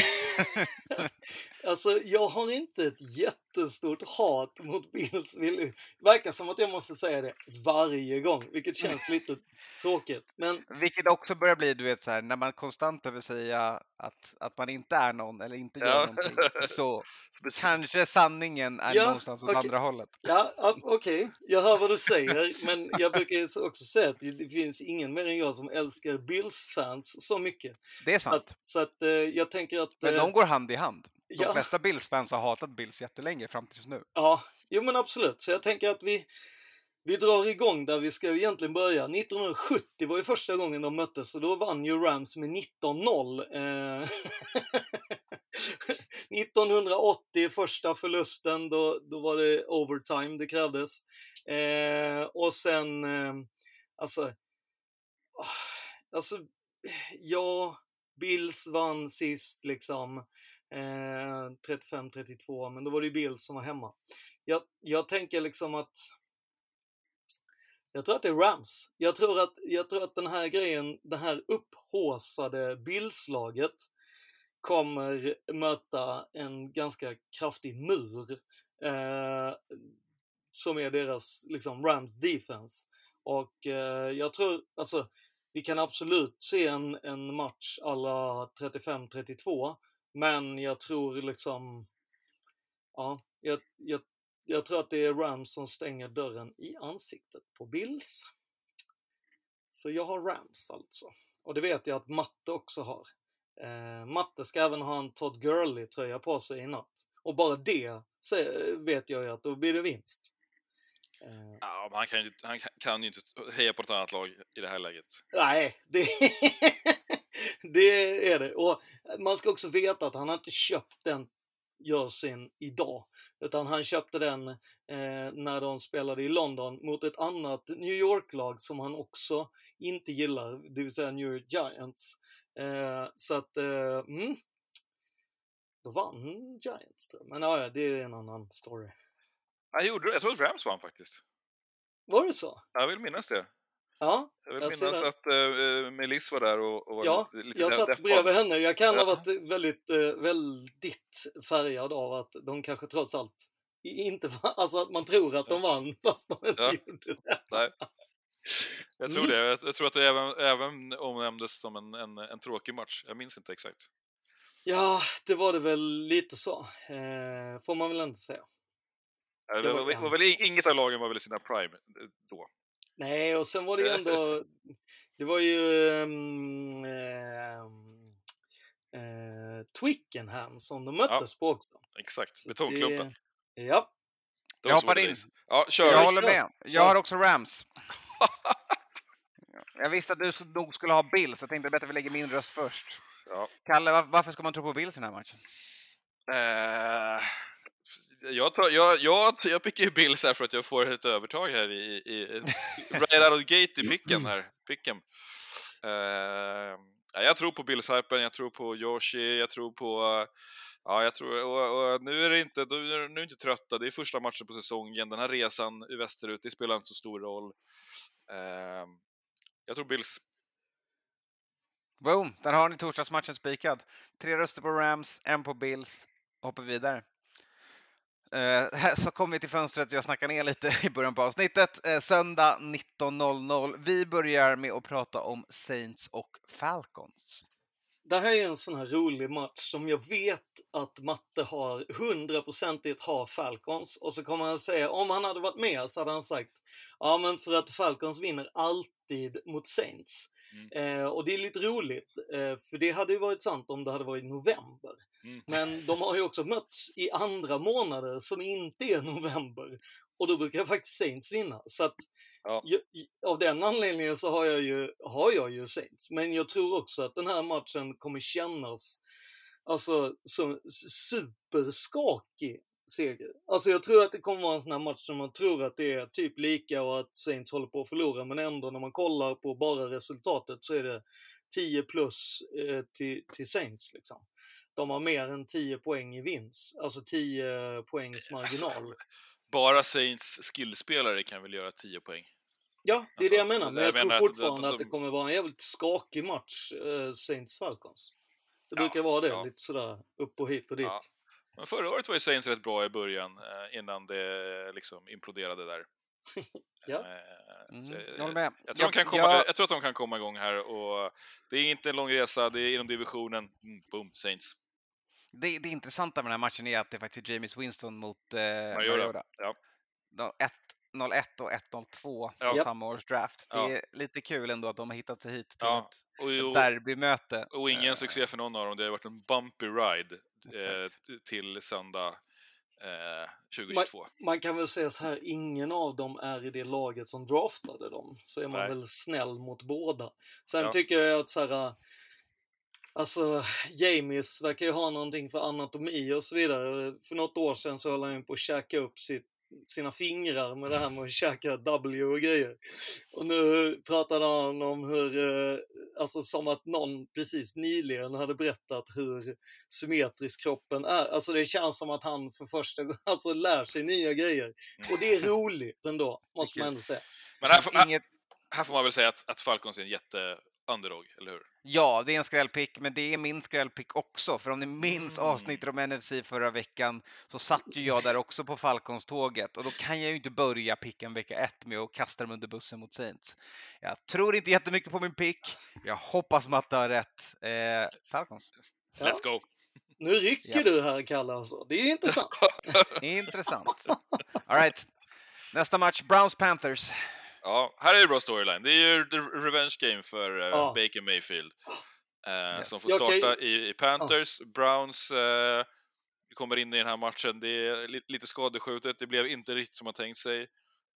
Alltså, jag har inte ett jättestort hat mot Bills. Verkar som att jag måste säga det varje gång, vilket känns lite tråkigt. Men vilket också börjar bli, du vet, så här, när man konstant behöver säga att man inte är någon eller inte gör någonting, så kanske sanningen är någonstans åt andra hållet. Ja, okej. Jag hör vad du säger, men jag brukar också säga att det finns ingen mer än jag som älskar Bills-fans så mycket. Det är sant. Så att jag tänker att... Men de går hand i hand. De flesta Bills-fans har hatat Bills jättelänge fram tills nu. Ja, jo men absolut. Så jag tänker att vi drar igång där vi ska egentligen börja. 1970 var ju första gången de möttes och då vann ju Rams med 19-0. 1980 första förlusten, då var det overtime, det krävdes. Och sen, Bills vann sist liksom 35-32, men då var det Bills som var hemma. Jag tänker liksom att jag tror att det är Rams. Jag tror att den här grejen, det här upphåsade Bills-laget kommer möta en ganska kraftig mur som är deras liksom Rams defense. Och jag tror, alltså vi kan absolut se en match alla 35-32, men jag tror liksom jag tror att det är Rams som stänger dörren i ansiktet på Bills. Så jag har Rams alltså. Och det vet jag att Matte också har. Matte ska även ha en Todd Gurley-tröja på sig i natt. Och bara det vet jag ju att då blir det vinst. Ja, men han kan ju inte heja på ett annat lag i det här läget. Nej, det är det. Och man ska också veta att han har inte köpt den jerseyn idag. Utan han köpte den när de spelade i London mot ett annat New York-lag som han också inte gillar, det vill säga New York Giants. Så att då vann Giants tror jag. Men ja, det är en annan story. Jag tror att Rams vann faktiskt. Var det så? Jag vill minnas det. Ja, jag vill minnas att Melis var där och var lite jag satt bredvid henne. Jag kan ha varit väldigt färgad av att de kanske trots allt inte vann. Alltså att man tror att de vann fast de inte gjorde det. Nej. Jag tror det. Jag tror att det även omnämndes som en tråkig match. Jag minns inte exakt. Ja, det var det väl lite så. Får man väl inte säga. Inget av lagen var väl i sina prime då. Nej, och sen var det ju ändå, det var ju Twickenham som de möttes på också. Exakt, Så betongklumpen. Ja. Jag hoppar in. Ja, kör. Jag Ja, håller kör. med. Jag har också Rams. Jag visste att du nog skulle ha Bills, så jag tänkte att det är bättre att vi lägger min röst först. Ja. Kalle, varför ska man tro på Bills i den här matchen? Jag pickar ju Bills här för att jag får ett övertag här i right out of the gate i picken. Jag tror på Bills-hypen, jag tror på Yoshi, jag tror på... och nu är det inte trötta, det är första matchen på säsongen, den här resan i västerut, det spelar inte så stor roll. Jag tror Bills. Boom, där har ni torsdagsmatchen spikad. 3 röster på Rams, 1 på Bills. Hoppar vidare. Så kommer vi till fönstret jag snackar ner lite i början på avsnittet. Söndag 19.00. Vi börjar med att prata om Saints och Falcons. Det här är en sån här rolig match som jag vet att Matte har 100% har Falcons. Och så kommer han säga, om han hade varit med så hade han sagt, ja men för att Falcons vinner alltid mot Saints. Och det är lite roligt, för det hade ju varit sant om det hade varit november. Men de har ju också mötts i andra månader som inte är november. Och då brukar faktiskt Saints vinna. Så att av den anledningen så har jag ju Saints. Men jag tror också att den här matchen kommer kännas alltså som superskakig seger. Alltså jag tror att det kommer vara en sån här match som man tror att det är typ lika och att Saints håller på att förlora, men ändå när man kollar på bara resultatet så är det 10 plus till Saints liksom. De har mer än 10 poäng i vinst, alltså 10 poängs marginal. Alltså, bara Saints skillspelare kan väl göra 10 poäng. Ja, det är det jag menar, men jag tror fortfarande att det de... kommer vara en jävligt skakig match, Saints Falcons. Det brukar vara det, lite sådär upp och hit och dit. Ja. Men förra året var ju Saints rätt bra i början, innan det liksom imploderade där. Ja. Jag tror att de kan komma igång här, och det är inte en lång resa, det är inom divisionen. Boom, Saints. Det intressanta med den här matchen är att det faktiskt är Jameis Winston mot Mariota. Ja. 1-0-1 och 1-0-2 på samma års draft. Det är lite kul ändå att de har hittat sig hit till ett derbymöte. Och ingen succé för någon av dem. Det har varit en bumpy ride till söndag 2022. Man kan väl säga så här, ingen av dem är i det laget som draftade dem. Så är man väl snäll mot båda. Sen tycker jag att så här, alltså James verkar ju ha någonting för anatomi och så vidare. För något år sedan så höll han på att käka upp sina fingrar med det här med att käka W och grejer. Och nu pratade han om hur, alltså som att någon precis nyligen hade berättat hur symmetrisk kroppen är. Alltså det känns som att han för första gången lär sig nya grejer. Och det är roligt ändå, måste man ändå säga. Men här får man väl säga att Falcons är en jätte-underdog, eller hur? Ja, det är en skrällpick, men det är min skrällpick också. För om ni minns avsnittet om NFC förra veckan så satt ju jag där också på Falcons-tåget. Och då kan jag ju inte börja picka vecka 1 med att kasta dem under bussen mot Saints. Jag tror inte jättemycket på min pick. Jag hoppas Matte har rätt. Falcons. Let's go! Nu rycker du här, Kalle, alltså. Det är intressant. Intressant. All right. Nästa match, Browns-Panthers. Ja, här är det bra storyline. Det är ju the revenge game för Baker Mayfield. Som får starta i Panthers. Browns kommer in i den här matchen. Det är lite skadeskjutet. Det blev inte riktigt som man tänkt sig.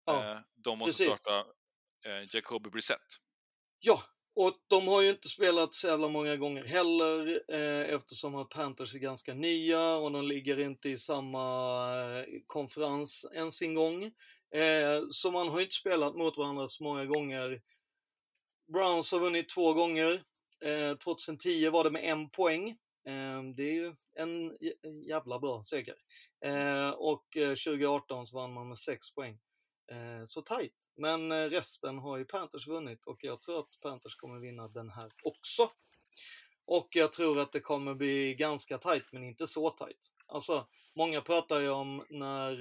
De måste starta Jacoby Brissett. Ja, och de har ju inte spelat så jävla många gånger heller, eftersom att Panthers är ganska nya och de ligger inte i samma konferens ens en gång. Så man har inte spelat mot varandra så många gånger. Browns har vunnit 2 gånger. 2010 var det med 1 poäng. Det är ju en jävla bra seger. Och 2018 så vann man med 6 poäng. Så tajt. Men resten har ju Panthers vunnit och jag tror att Panthers kommer vinna den här också. Och jag tror att det kommer bli ganska tajt, men inte så tajt. Alltså, många pratar ju om när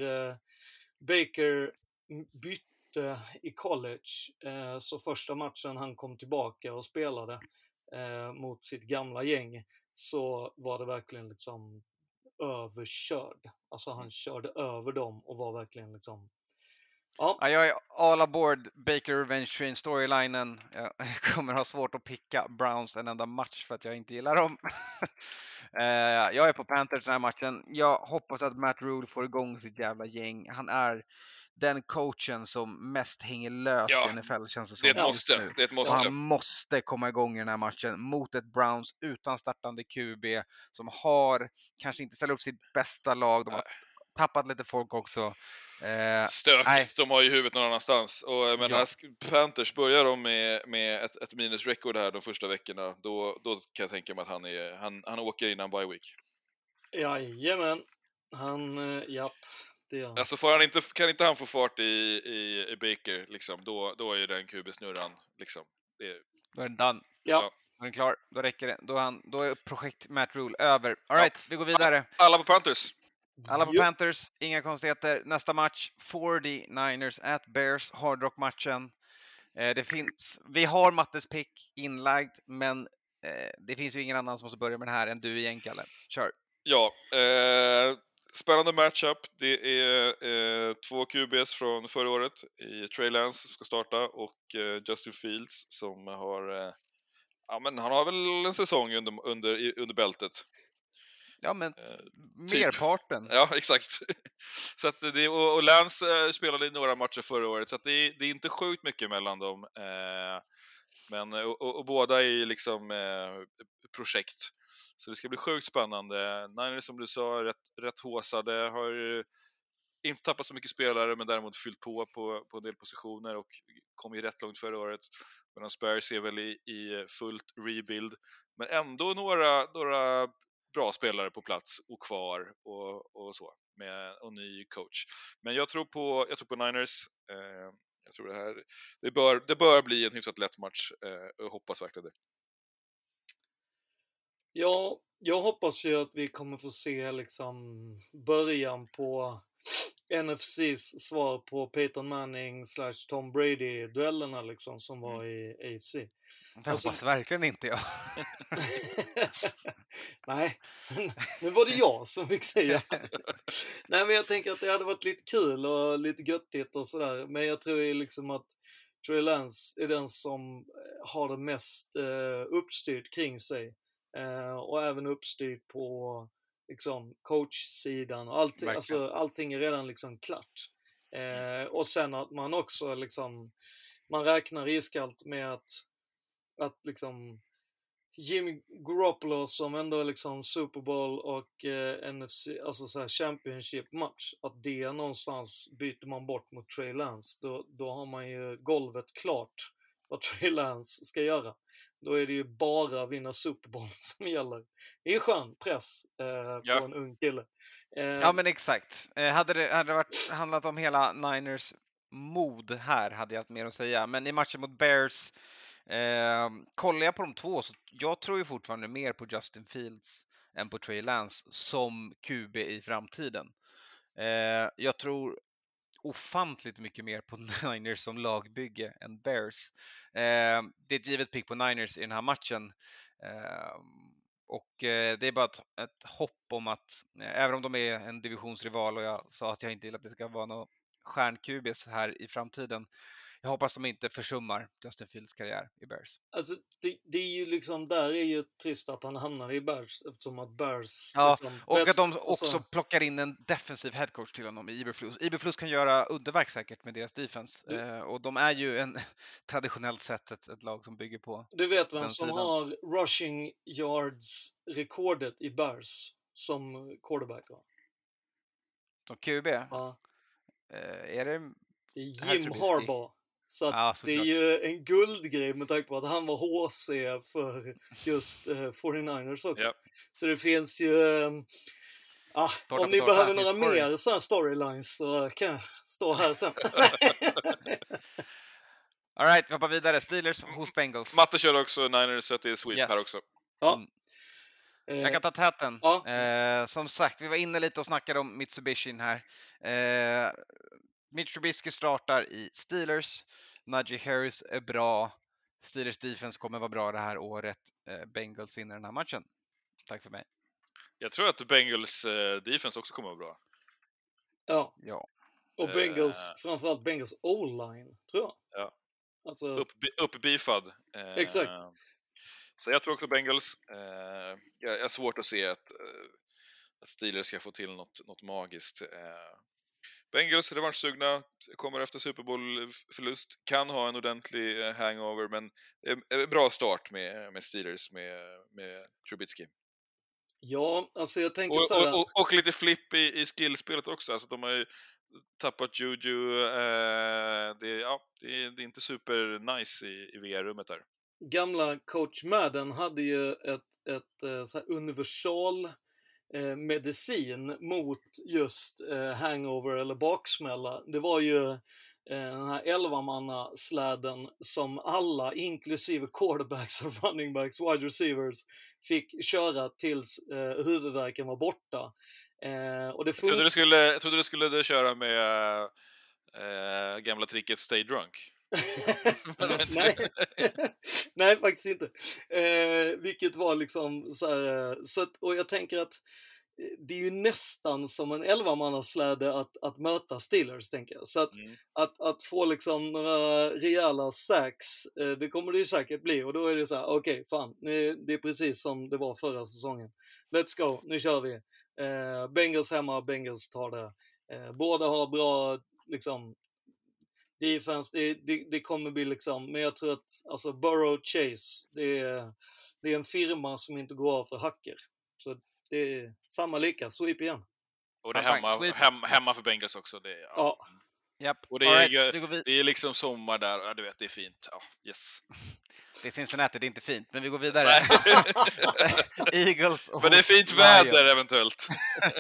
Baker bytte i college, så första matchen han kom tillbaka och spelade mot sitt gamla gäng, så var det verkligen liksom överkörd. Alltså han körde över dem och var verkligen liksom Ja. Ja, jag är all aboard Baker Revenge Train storylinen. Jag kommer ha svårt att picka Browns en enda match för att jag inte gillar dem. Jag är på Panthers den här matchen. Jag hoppas att Matt Rule får igång sitt jävla gäng. Han är den coachen som mest hänger löst i NFL, känns det som. Det är ett måste. Det är ett måste. Och han måste komma igång i den här matchen mot ett Browns utan startande QB som har kanske inte ställt upp sitt bästa lag. De har tappat lite folk också. Stökigt, nej. de har ju huvudet någon annanstans. Och jag menar, Panthers börjar de med ett minusrekord här de första veckorna, då kan jag tänka mig att han åker innan bye week. Jajamän. Japp. Alltså kan inte han få fart i Baker, liksom, då är ju den QB-snurran liksom. Då är den done. Ja. Då är den klar. Då räcker det. Då är projekt Matt Rule över. All right, vi går vidare. Alla på Panthers. Alla på Panthers, inga konstigheter. Nästa match, 49ers at Bears, Hard Rock-matchen. Vi har Mattes pick inlagd, men det finns ju ingen annan som måste börja med den här än du igen, Kalle. Kör. Ja, spännande matchup. Det är två QBs från förra året i Trey Lance som ska starta och Justin Fields som har han har väl en säsong under bältet. Ja, men merparten. Ja, exakt. Så att och Lance spelade i några matcher förra året, så att det är inte sjukt mycket mellan dem. Men och båda är liksom projekt. Så det ska bli sjukt spännande. Niners, som du sa, rätt håsade, har inte tappat så mycket spelare, men däremot fyllt på en del positioner och kom ju rätt långt förra året. Medan Bears är väl i fullt rebuild, men ändå några bra spelare på plats och kvar och så, och ny coach. Men jag tror på Niners. Jag tror det bör bli en hyfsat lätt match. Jag hoppas verkligen det. Ja, jag hoppas ju att vi kommer få se liksom början på NFCs svar på Peyton Manning / Tom Brady-duellerna liksom, som var i AFC. Det hoppas verkligen inte jag. Nej, nu var det jag som fick säga. Nej, men jag tänker att det hade varit lite kul och lite göttigt och sådär. Men jag tror ju liksom att Trey Lance är den som har det mest uppstyrt kring sig. Och även uppstyrt på liksom coach-sidan och allting, alltså, allting är redan liksom klart. Och sen att man också liksom, man räknar iskallt med att liksom Jimmy Garoppolo, som ändå är liksom Super Bowl och NFC, alltså så här Championship match, att det någonstans byter man bort mot Trey Lance, då har man ju golvet klart vad Trey Lance ska göra. Då är det ju bara vinna Super Bowl som gäller. Det är skön press på en ung kille. Ja, men exakt. Hade det handlat om hela Niners mod här hade jag haft mer att säga. Men i matchen mot Bears, kollar jag på de två, så jag tror ju fortfarande mer på Justin Fields än på Trey Lance som QB i framtiden. Jag tror ofantligt mycket mer på Niners som lagbygge än Bears. Det är ett givet pick på Niners i den här matchen. Och det är bara ett hopp om att, även om de är en divisionsrival och jag sa att jag inte vill att det ska vara någon stjärn-QBs här i framtiden, jag hoppas de inte försummar Justin Fields karriär i Bears. Alltså, det är ju liksom, där är ju trist att han hamnar i Bears, eftersom att Bears... Ja, liksom, och att de också plockar in en defensiv headcoach till honom i Eberflus. Eberflus kan göra underverk säkert med deras defense. Och de är ju traditionellt sett ett lag som bygger på. Du vet vem som har rushing yards-rekordet i Bears som quarterback, va? Som QB? Ja. Är det... Det är Jim Harbaugh. Så att det är ju en guldgrej med tanke på att han var HC för just 49ers också. Yep. Så det finns ju... om ni behöver några mer så här storylines så kan jag stå här sen. All right, vi hoppar vidare. Steelers hos Bengals. Matte kör också Niners, så att det är sweep här också. Ja. Jag kan ta täten. Ja. Som sagt, vi var inne lite och snackade om Mitsubishi här. Mitch Trubisky startar i Steelers. Najee Harris är bra. Steelers defense kommer vara bra det här året. Bengals vinner den här matchen. Tack för mig. Jag tror att Bengals defense också kommer vara bra. Ja. Och Bengals, framförallt Bengals O-line, tror jag. Ja. Alltså, Uppbeefad. Exakt. Så jag tror också Bengals. Jag har svårt att se att Steelers ska få till något magiskt. Bengals revanschsugna, kommer efter Super Bowl-förlust, kan ha en ordentlig hangover, men bra start med Steelers med Trubisky. ja, alltså jag tänker så här... Och lite flipp i skillspelet också. Alltså de har ju tappat Juju. Det är inte super nice i VR-rummet där. Gamla coach Madden hade ju ett så här universal medicin mot just hangover eller baksmälla. Det var ju den här 11-manna-släden som alla, inklusive quarterbacks och running backs, wide receivers, fick köra tills huvudvärken var borta. Och det jag trodde du skulle köra med gamla tricket Stay Drunk. Nej, faktiskt inte. Vilket var liksom så här, och jag tänker att det är ju nästan som en 11-mannasläde att möta Steelers, tänker jag. Så att få liksom några rejäla sacks, det kommer det ju säkert bli. Och då är det så här, okej, fan, det är precis som det var förra säsongen. Let's go, nu kör vi. Bengals hemma, Bengals tar det. Båda har bra, liksom, defense, det kommer bli liksom, men jag tror att alltså Burrow Chase, det är en firma som inte går av för hacker. Så det är samma lika, sweep igen. Och det är hemma för Bengals också. Ja. Japp. Och det är liksom sommar där, ja, du vet, det är fint. Ja, yes. Det är Cincinnati, det är inte fint, men vi går vidare. Eagles och men det är fint väder eventuellt.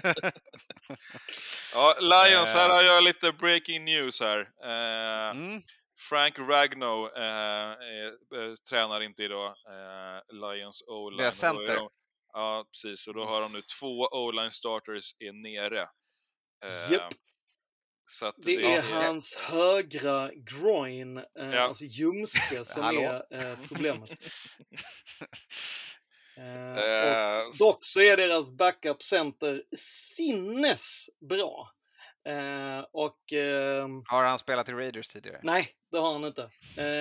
Ja, Lions, här har jag lite breaking news här. Frank Ragnow tränar inte idag. Lions O-line. Det är center. Ja, precis. Och då har de nu 2 O-line starters är nere. Japp. Så att det är hans högra groin, alltså ljumske, som är problemet. Dock så är deras backup center sinnesbra. Har han spelat i Raiders tidigare? Nej, det har han inte.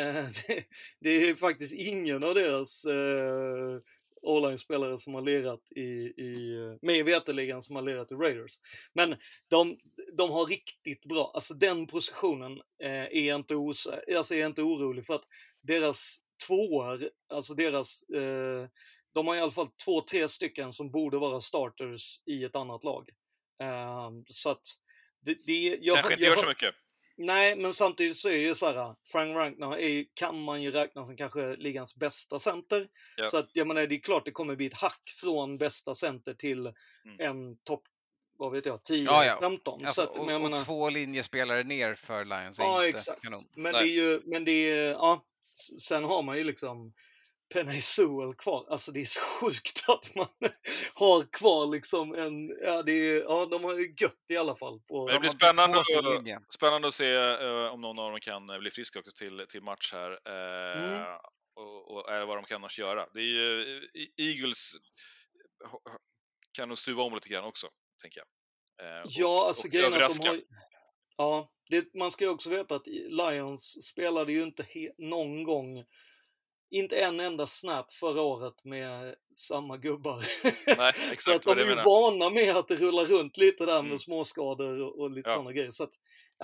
Det är faktiskt ingen av deras O-line-spelare som har lirat med veterligen som har lirat i Raiders. Men de har riktigt bra, alltså den positionen är inte orolig, för att deras tvåor, alltså de har i alla fall 2-3 stycken som borde vara starters i ett annat lag. Så att kanske inte gör så mycket. Nej, men samtidigt så är ju såhär, Frank Ragnow kan man ju räkna som kanske ligans bästa center. Ja. Så att jag menar, det är klart det kommer bli ett hack från bästa center till en topp, vad vet jag, 10-15. Alltså, så att, och 2 linjespelare ner för Lions. Ja, exakt. Kanon. Men det är sen har man ju liksom Penei Sewell kvar. Alltså det är så sjukt att man har kvar liksom de har ju gött i alla fall. Det blir spännande att se om någon av dem kan bli frisk också till match här. Och vad de kan annars göra. Det är ju Eagles kan nog stuva om lite grann också, tänker jag. Alltså grejen är att de har... man ska ju också veta att Lions spelade ju inte någon gång, inte en enda snap förra året med samma gubbar. Nej, exakt. Så att de är ju vana med att det rullar runt lite där med småskador och lite sådana grejer. Så att,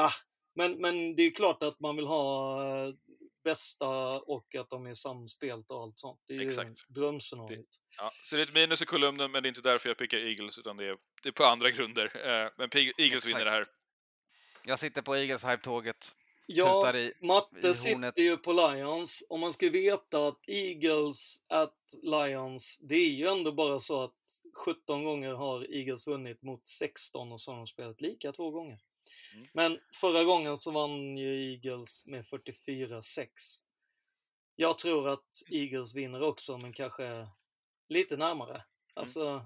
men det är klart att man vill ha bästa och att de är samspelt och allt sånt. Det är ju drömscenariot. Så det är ett minus i kolumnen, men det är inte därför jag pickar Eagles, utan det är på andra grunder. Men Eagles vinner det här. Jag sitter på Eagles hype-tåget. Ja, Matte sitter ju på Lions, och man ska veta att Eagles at Lions, det är ju ändå bara så att 17 gånger har Eagles vunnit mot 16, och så har de spelat lika 2 gånger. Men förra gången så vann ju Eagles med 44-6. Jag tror att Eagles vinner också, men kanske lite närmare. Alltså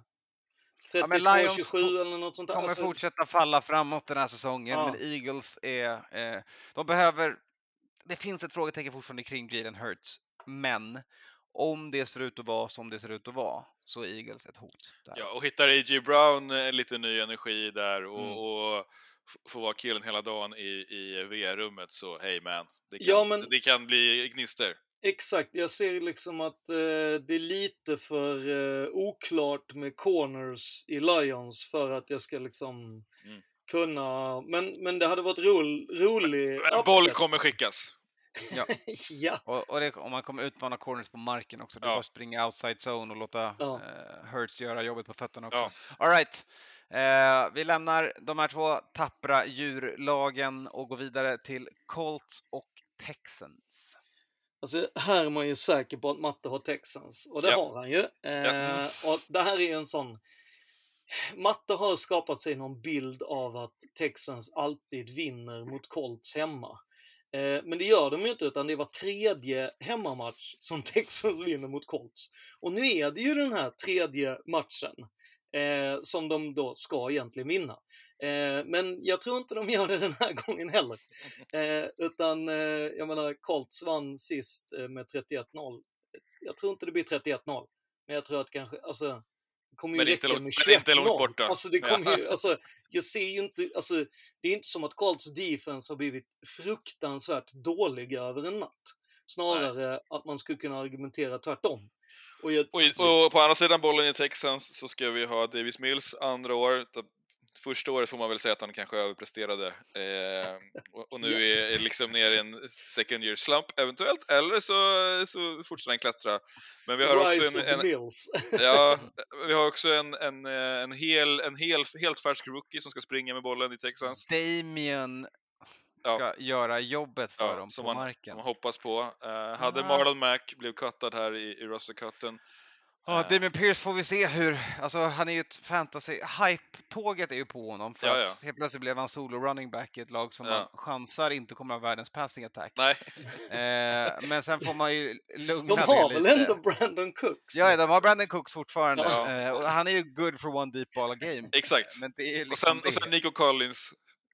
32-27 eller något sånt där. Kommer fortsätta falla framåt den här säsongen, men Eagles är... det finns ett frågetecken fortfarande kring Jalen Hurts, men om det ser ut att vara som det ser ut att vara, så är Eagles ett hot där. Ja, och hittar A.J. Brown lite ny energi där, och få vara killen hela dagen i VR-rummet, så hey man, det kan bli gnister. Exakt, jag ser liksom att det är lite för oklart med corners i Lions för att jag ska liksom kunna, men det hade varit rolig. En boll kommer skickas. Ja. Ja. Och om man kommer utmana corners på marken också, det är bara springa outside zone och låta Hurts göra jobbet på fötterna också. All right. Vi lämnar de här två tappra djurlagen och går vidare till Colts och Texans. Alltså här är man ju säker på att Matte har Texans, och det har han ju. Och det här är en sån... Matte har skapat sig någon bild av att Texans alltid vinner mot Colts hemma. Men det gör de ju inte, utan det var tredje hemmamatch som Texans vinner mot Colts. Och nu är det ju den här tredje matchen som de då ska egentligen vinna. Men jag tror inte de gör det den här gången heller. Utan jag menar, Colts vann sist med 31-0. Jag tror inte det blir 31-0. Men jag tror att kanske, alltså, det kommer ju räcka med 21-0. Alltså det kommer ju, alltså, jag ser ju inte, alltså, det är inte som att Colts defense har blivit fruktansvärt dåliga över en natt. Snarare att man skulle kunna argumentera tvärtom. Och på andra sidan bollen i Texans så ska vi ha Davis Mills andra år. Första året får man väl säga att han kanske överpresterade. Och nu är liksom ner i en second year slump eventuellt. Eller så fortsätter han klättra. Men vi har också vi har också en helt färsk rookie som ska springa med bollen i Texans. Damien ska göra jobbet för dem på marken. Man hoppas på. Hade Marlon Mack blev cuttad här i roster-cutten. Ja, Damien Pierce får vi se hur, alltså han är ju ett fantasy, hype-tåget är ju på honom för att helt plötsligt blev han solo running back i ett lag som man chansar inte kommer ha världens passing attack. Nej. Men sen får man ju lugna de har väl ändå Brandon Cooks? Ja, de har Brandon Cooks fortfarande. Och han är ju good for one deep ball a game. Exakt. Men det är liksom och sen Nico Collins.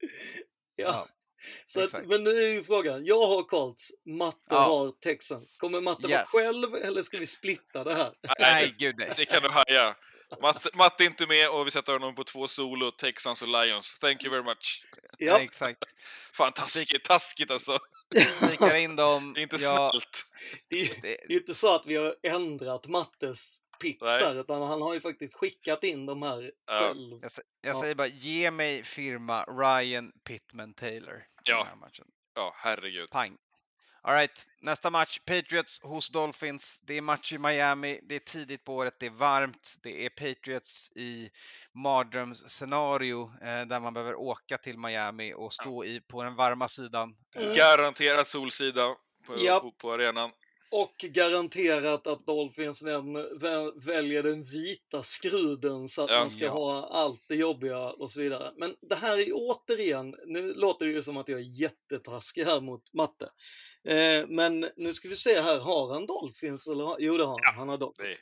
Ja. Så att, men nu är ju frågan, jag har Colts, Matte har Texans. Kommer Matte vara själv eller ska vi splitta det här? Nej, gud nej. Det kan du haja. Matte är inte med och vi sätter honom på 2 solo, Texans och Lions. Thank you very much. Ja, exakt. Fan, taskigt alltså. Snikar in dem. Inte snällt. Det är ju inte så att vi har ändrat Mattes pixar, utan han har ju faktiskt skickat in de här själv. Jag säger bara, ge mig firma Ryan Pittman Taylor. Ja, herregud. Pang. All right, nästa match, Patriots hos Dolphins. Det är match i Miami, det är tidigt på året, det är varmt. Det är Patriots i mardrömsscenario där man behöver åka till Miami och stå på den varma sidan. Garanterat solsida på arenan. Och garanterat att Dolphins väljer den vita skruden så att man ska ha allt det jobbiga och så vidare. Men det här är återigen, nu låter det ju som att jag är jättetaskig här mot Matte. Men nu ska vi se här, har han Dolphins? Eller jo, det har han. Han har Dolphins.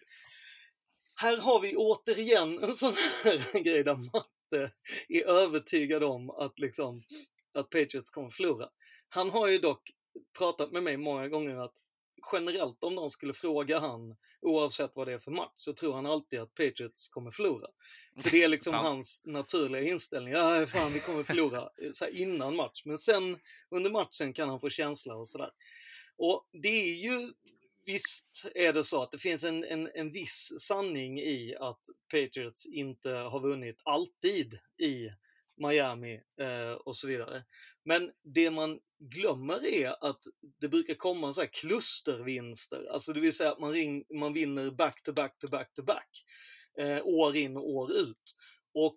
Här har vi återigen en sån här grej där Matte är övertygad om att Patriots kommer förlora. Han har ju dock pratat med mig många gånger att generellt om de skulle fråga han oavsett vad det är för match så tror han alltid att Patriots kommer förlora. För det är liksom hans naturliga inställning. Ja, fan, vi kommer förlora så här innan match. Men sen under matchen kan han få känsla och sådär. Och det är ju, visst är det så att det finns en viss sanning i att Patriots inte har vunnit alltid i Miami och så vidare. Men det man glömmer är att det brukar komma så här klustervinster. Alltså det vill säga att man vinner back to back to back to back. År in och år ut. Och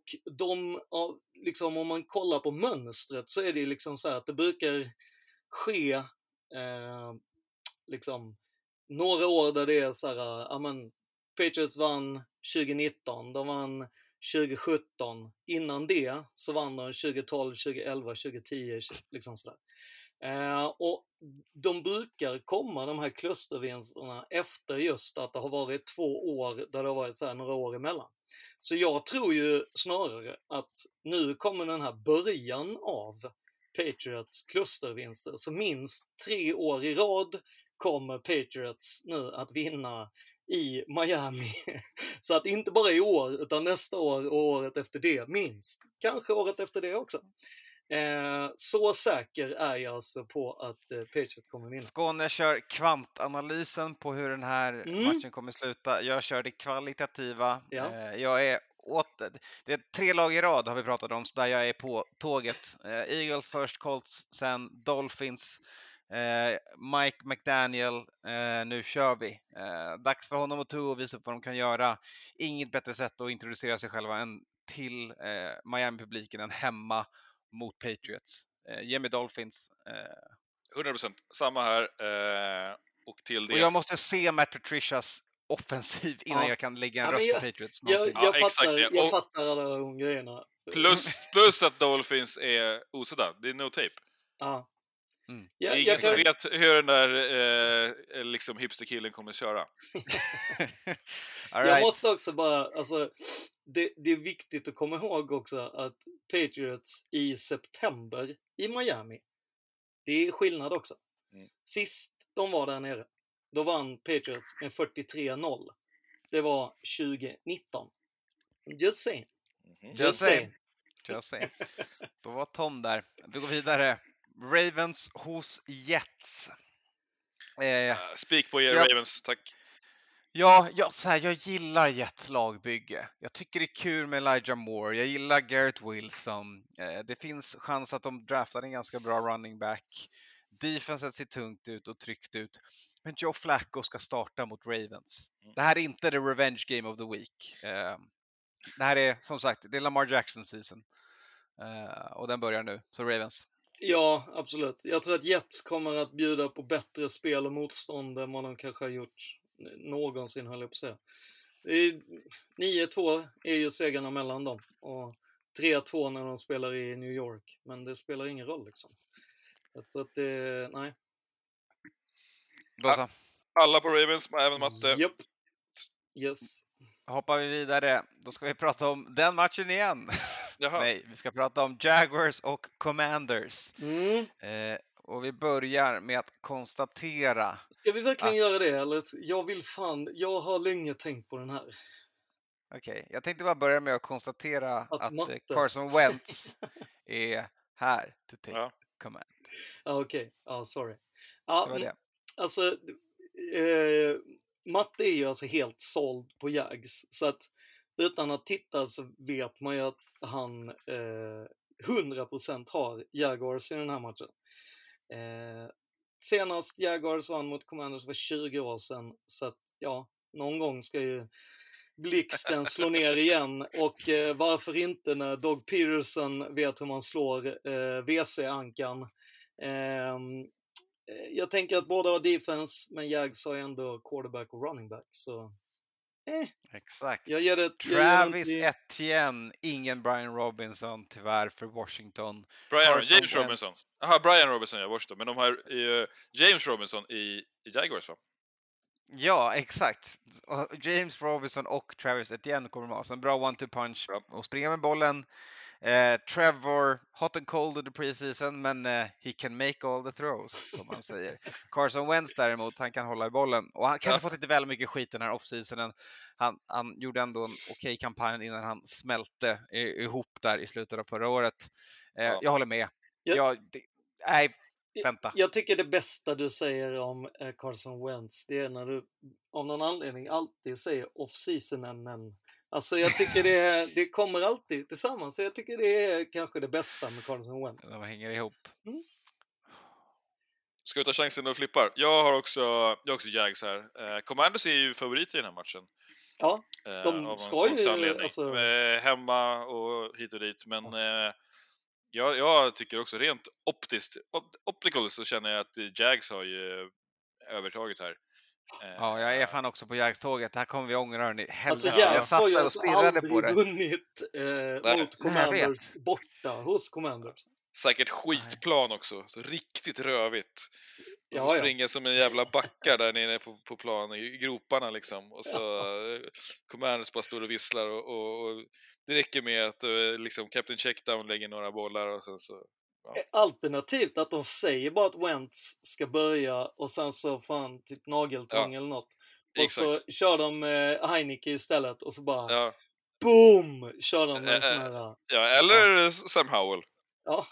liksom, om man kollar på mönstret så är det liksom så här att det brukar ske liksom några år där det är så här, Patriots vann 2019, de vann 2017, innan det så vann de 2012, 2011, 2010 liksom sådär. Och de brukar komma, de här klustervinsterna, efter just att det har varit 2 år där det har varit så här några år emellan. Så jag tror ju snarare att nu kommer den här början av Patriots klustervinster. Så minst 3 år i rad kommer Patriots nu att vinna i Miami. Så att inte bara i år utan nästa år och året efter det minst. Kanske året efter det också. Så säker är jag alltså på att Patriots kommer vinna. Skåne kör kvantanalysen på hur den här matchen kommer sluta. Jag kör det kvalitativa. Ja. Jag är det är 3 lag i rad har vi pratat om, där jag är på tåget. Eagles först, Colts, sen Dolphins, Mike McDaniel, nu kör vi. Dags för honom och Tua att visa upp vad de kan göra. Inget bättre sätt att introducera sig själva än till Miami-publiken än hemma mot Patriots. Ge mig Dolphins. 100%. Samma här. Och till det... Och jag måste se Matt Patricias offensiv innan jag kan lägga en röst på Patriots. Jag fattar alla de grejerna. Plus att Dolphins är osedda. Det är no tape. Ja. Det är ingen som vet hur den där liksom hipsterkillen kommer att köra. Jag måste också bara, alltså, det är viktigt att komma ihåg också att Patriots i september i Miami, det är skillnad också. Sist de var där nere, då vann Patriots med 43-0. Det var 2019. Just saying. Just saying. Då var Tom där. Vi går vidare. Ravens hos Jets. Spik på Ravens, tack. Ja, jag gillar Jets lagbygge. Jag tycker det är kul med Elijah Moore. Jag gillar Garrett Wilson. Det finns chans att de draftar en ganska bra running back. Defenset ser tungt ut och tryggt ut. Men Joe Flacco ska starta mot Ravens. Det här är inte the revenge game of the week. Det här är, som sagt, det är Lamar Jackson season. Och den börjar nu. Så Ravens. Ja, absolut. Jag tror att Jets kommer att bjuda på bättre spel och motstånd än vad de kanske har gjort någonsin, höll jag på att säga. 9-2 är ju segrarna mellan dem. Och 3-2 när de spelar i New York. Men det spelar ingen roll liksom. Jag tror att det... Nej. Då så. Alla på Ravens, även Matte. Japp. Yes. Hoppar vi vidare. Då ska vi prata om den matchen igen. Jaha. Nej, vi ska prata om Jaguars och Commanders. Och vi börjar med att konstatera. Ska vi verkligen göra det? Eller? Jag har länge tänkt på den här. Okej, jag tänkte bara börja med att konstatera att Carson Wentz är här to take command. Okej, sorry. Det var det. Alltså, Matte är ju alltså helt såld på Jags. Så att utan att titta så vet man ju att han 100% har Jaguars i den här matchen. Senast Jaguars vann mot Commanders var 20 år sedan. Så att ja, någon gång ska ju blixten slå ner igen. Och varför inte när Doug Peterson vet hur man slår WC-ankan. Jag tänker att båda har defense, men Jags har ändå quarterback och running back. Så exakt. Jag ger det, Travis Etienne, ingen Brian Robinson tyvärr för Washington. James Robinson. Aha, Brian Robinson i Washington, men de har James Robinson i Jaguars, va? Ja, exakt. James Robinson och Travis Etienne kommer med oss. En bra one-two punch och springa med bollen. Trevor, hot and cold under preseason, men he can make all the throws, som man säger. Carson Wentz däremot, han kan hålla i bollen. Och han kanske fått lite väl mycket skit den här offseasonen. Han gjorde ändå en okej kampanj innan han smälte ihop där i slutet av förra året. Jag håller med. Vänta. Jag tycker det bästa du säger om Carson Wentz, det är när du av någon anledning alltid säger off-seasonen. Alltså jag tycker det kommer alltid tillsammans. Så jag tycker det är kanske det bästa med Carson Wentz. De hänger ihop. Ska vi ta chansen och flippar? Jag har också Jags här. Commanders är ju favorit i den här matchen. Ja, de ska ju... Alltså... hemma och hit och dit. Men jag tycker också rent optical så känner jag att Jags har ju övertaget här. Ja, jag är fan också på Jags-tåget. Här kommer vi ångra, hörni. Alltså Jags har ju aldrig vunnit mot Commanders borta hos Commanders. Säkert skitplan också. Så riktigt rövigt. De får springa som en jävla backar där nere på plan i groparna liksom. Och så Commanders bara står och visslar och det räcker med att liksom Captain Checkdown lägger några bollar och sen så... Ja. Alternativt att de säger bara att Wentz ska börja och sen så fan typ nageltång eller något. Och exakt. Så kör de Heineke istället och så bara boom! Kör de med sån här... Ja, eller Sam Howell. Ja,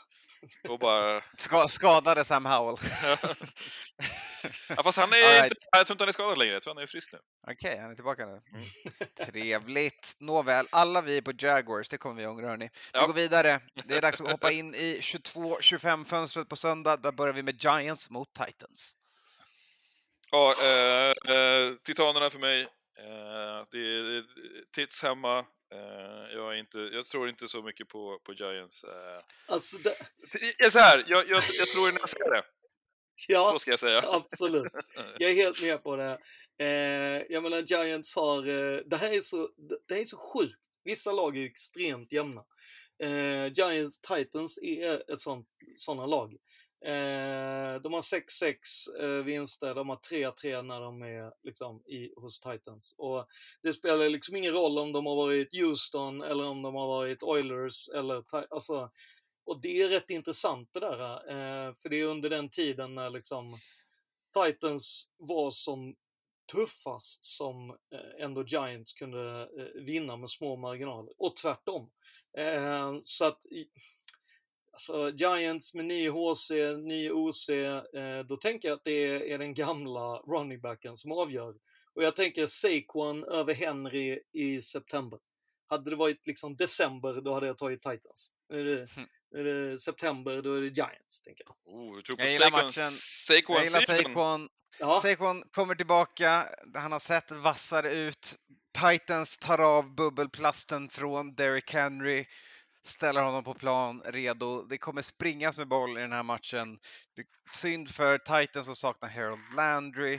Och bara... Skadade Sam Howell. Ja, fast han är All inte... Jag tror inte han är skadad längre. Jag tror han är frisk nu. Okej, han är tillbaka nu. Trevligt. Nåväl, alla vi är på Jaguars, det kommer vi ångra, hörni. Vi Ja. går vidare. Det är dags att hoppa in i 22-25-fönstret på söndag. Där börjar vi med Giants mot Titans. Ja, Titanerna för mig. Det är Tits hemma. Jag tror inte så mycket på Giants. Alltså Så här, jag tror när jag säger det. Ja, Så ska jag säga. absolut. Jag är helt med på det. Jag menar, Giants har... det här är så sjukt. Vissa lag är extremt jämna. Giants Titans är ett sådana lag. De har 6-6 vinster, de har 3-3 när de är liksom hos Titans. Och det spelar liksom ingen roll om de har varit Houston eller om de har varit Oilers eller alltså, och det är rätt intressant det där, för det är under den tiden när liksom Titans var som tuffast som ändå Giants kunde vinna med små marginaler, och tvärtom. Så att alltså Giants med ny HC, ny OC, då tänker jag att det är den gamla running backen som avgör. Och jag tänker Saquon över Henry i september. Hade det varit liksom december, då hade jag tagit Titans. Är det september, då är det Giants, tänker jag. Du tror på Jag gillar matchen. Jag gillar Saquon. Ja. Saquon kommer tillbaka. Han har sett vassare ut. Titans tar av bubbelplasten från Derrick Henry. Ställer honom på plan, redo. Det kommer springas med boll i den här matchen. Det är synd för Titans som saknar Harold Landry.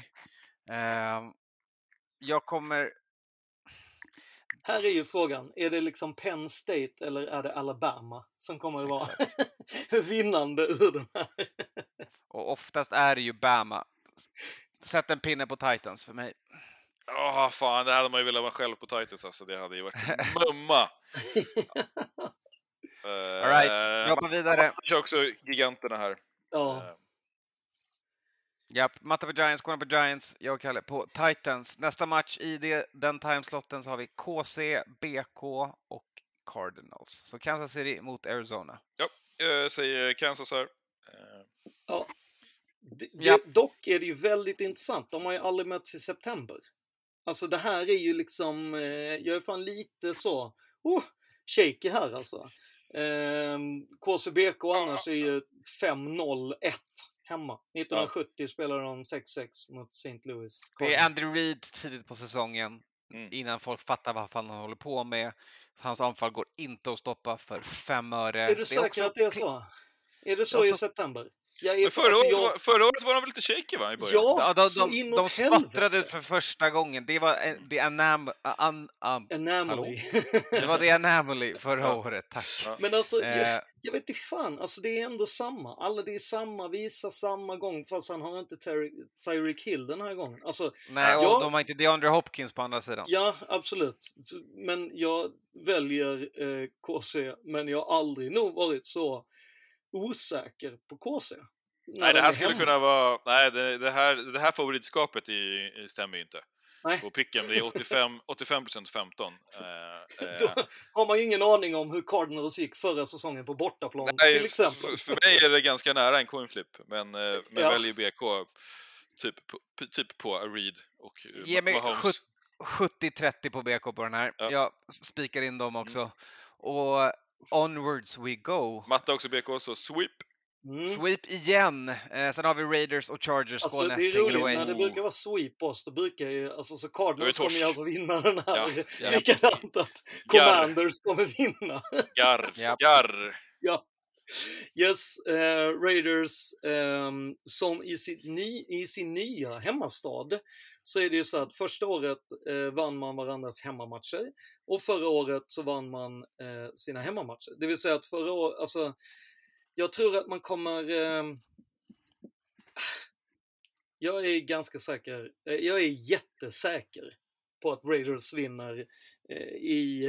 Jag kommer... Här är ju frågan, är det liksom Penn State eller är det Alabama som kommer att vara vinnande ur den här? Och oftast är det ju Bama. Sätt en pinne på Titans för mig. Fan, det hade man ju velat vara själv på Titans, alltså. Det hade ju varit mumma. All right, jobba vidare. Jag kör också giganterna här. Ja. Japp, matta på Giants, corner på Giants. Jag kallar på Titans. Nästa match i den timeslotten så har vi KC, BK och Cardinals. Så Kansas City mot Arizona. Ja, jag säger Kansas här. Ja. Dock är det ju väldigt intressant. De har ju aldrig mötts i september. Alltså det här är ju liksom... jag är fan lite så... shaky här alltså. KCBK annars är ju 5-0-1 hemma. 1970 spelade de 6-6 mot St. Louis. Det är Andy Reid tidigt på säsongen. Innan folk fattar vad fan han håller på med. Hans anfall går inte att stoppa för 5 öre. Är du säker också... att det är så? Är det så i september? Men förra året var de väl lite shaky, va, i början? Ja, de spattrade ut för första gången. Det var Anomaly. Det var det Anomaly förra året, tack. Men alltså, jag vet inte fan. Alltså det är ändå samma. Alla det är samma, visar samma gång. Fast han har inte Tyreek Hill den här gången. Alltså, nej, och de har inte DeAndre Hopkins på andra sidan. Ja, absolut. Men jag väljer KC. Men jag har aldrig nog varit så osäker på KC. Nej, det här skulle kunna vara... Nej, det här favoritskapet stämmer ju inte. Nej. På picken, det är 85% 15. Då har man ju ingen aning om hur Cardinals gick förra säsongen på bortaplan, nej, till exempel. För mig är det ganska nära en coin flip, men väljer BK typ på Reed och Mahomes. 70-30 på BK på den här. Ja. Jag spikar in dem också. Och onwards we go. Matta också BK, så sweep. Sweep igen. Sen har vi Raiders och Chargers. Alltså det är roligt när det brukar vara sweep oss. Då brukar ju, alltså så Cardinals kommer ju alltså vinna den här. Ja. Likadant att Commanders kommer vinna. Garr. Ja. Yes, Raiders som i sin nya hemmastad, så är det ju så att första året vann man varandras hemmamatcher och förra året så vann man sina hemmamatcher. Det vill säga att förra året, alltså jag tror att man kommer... jag är ganska säker. Jag är jättesäker på att Raiders vinner i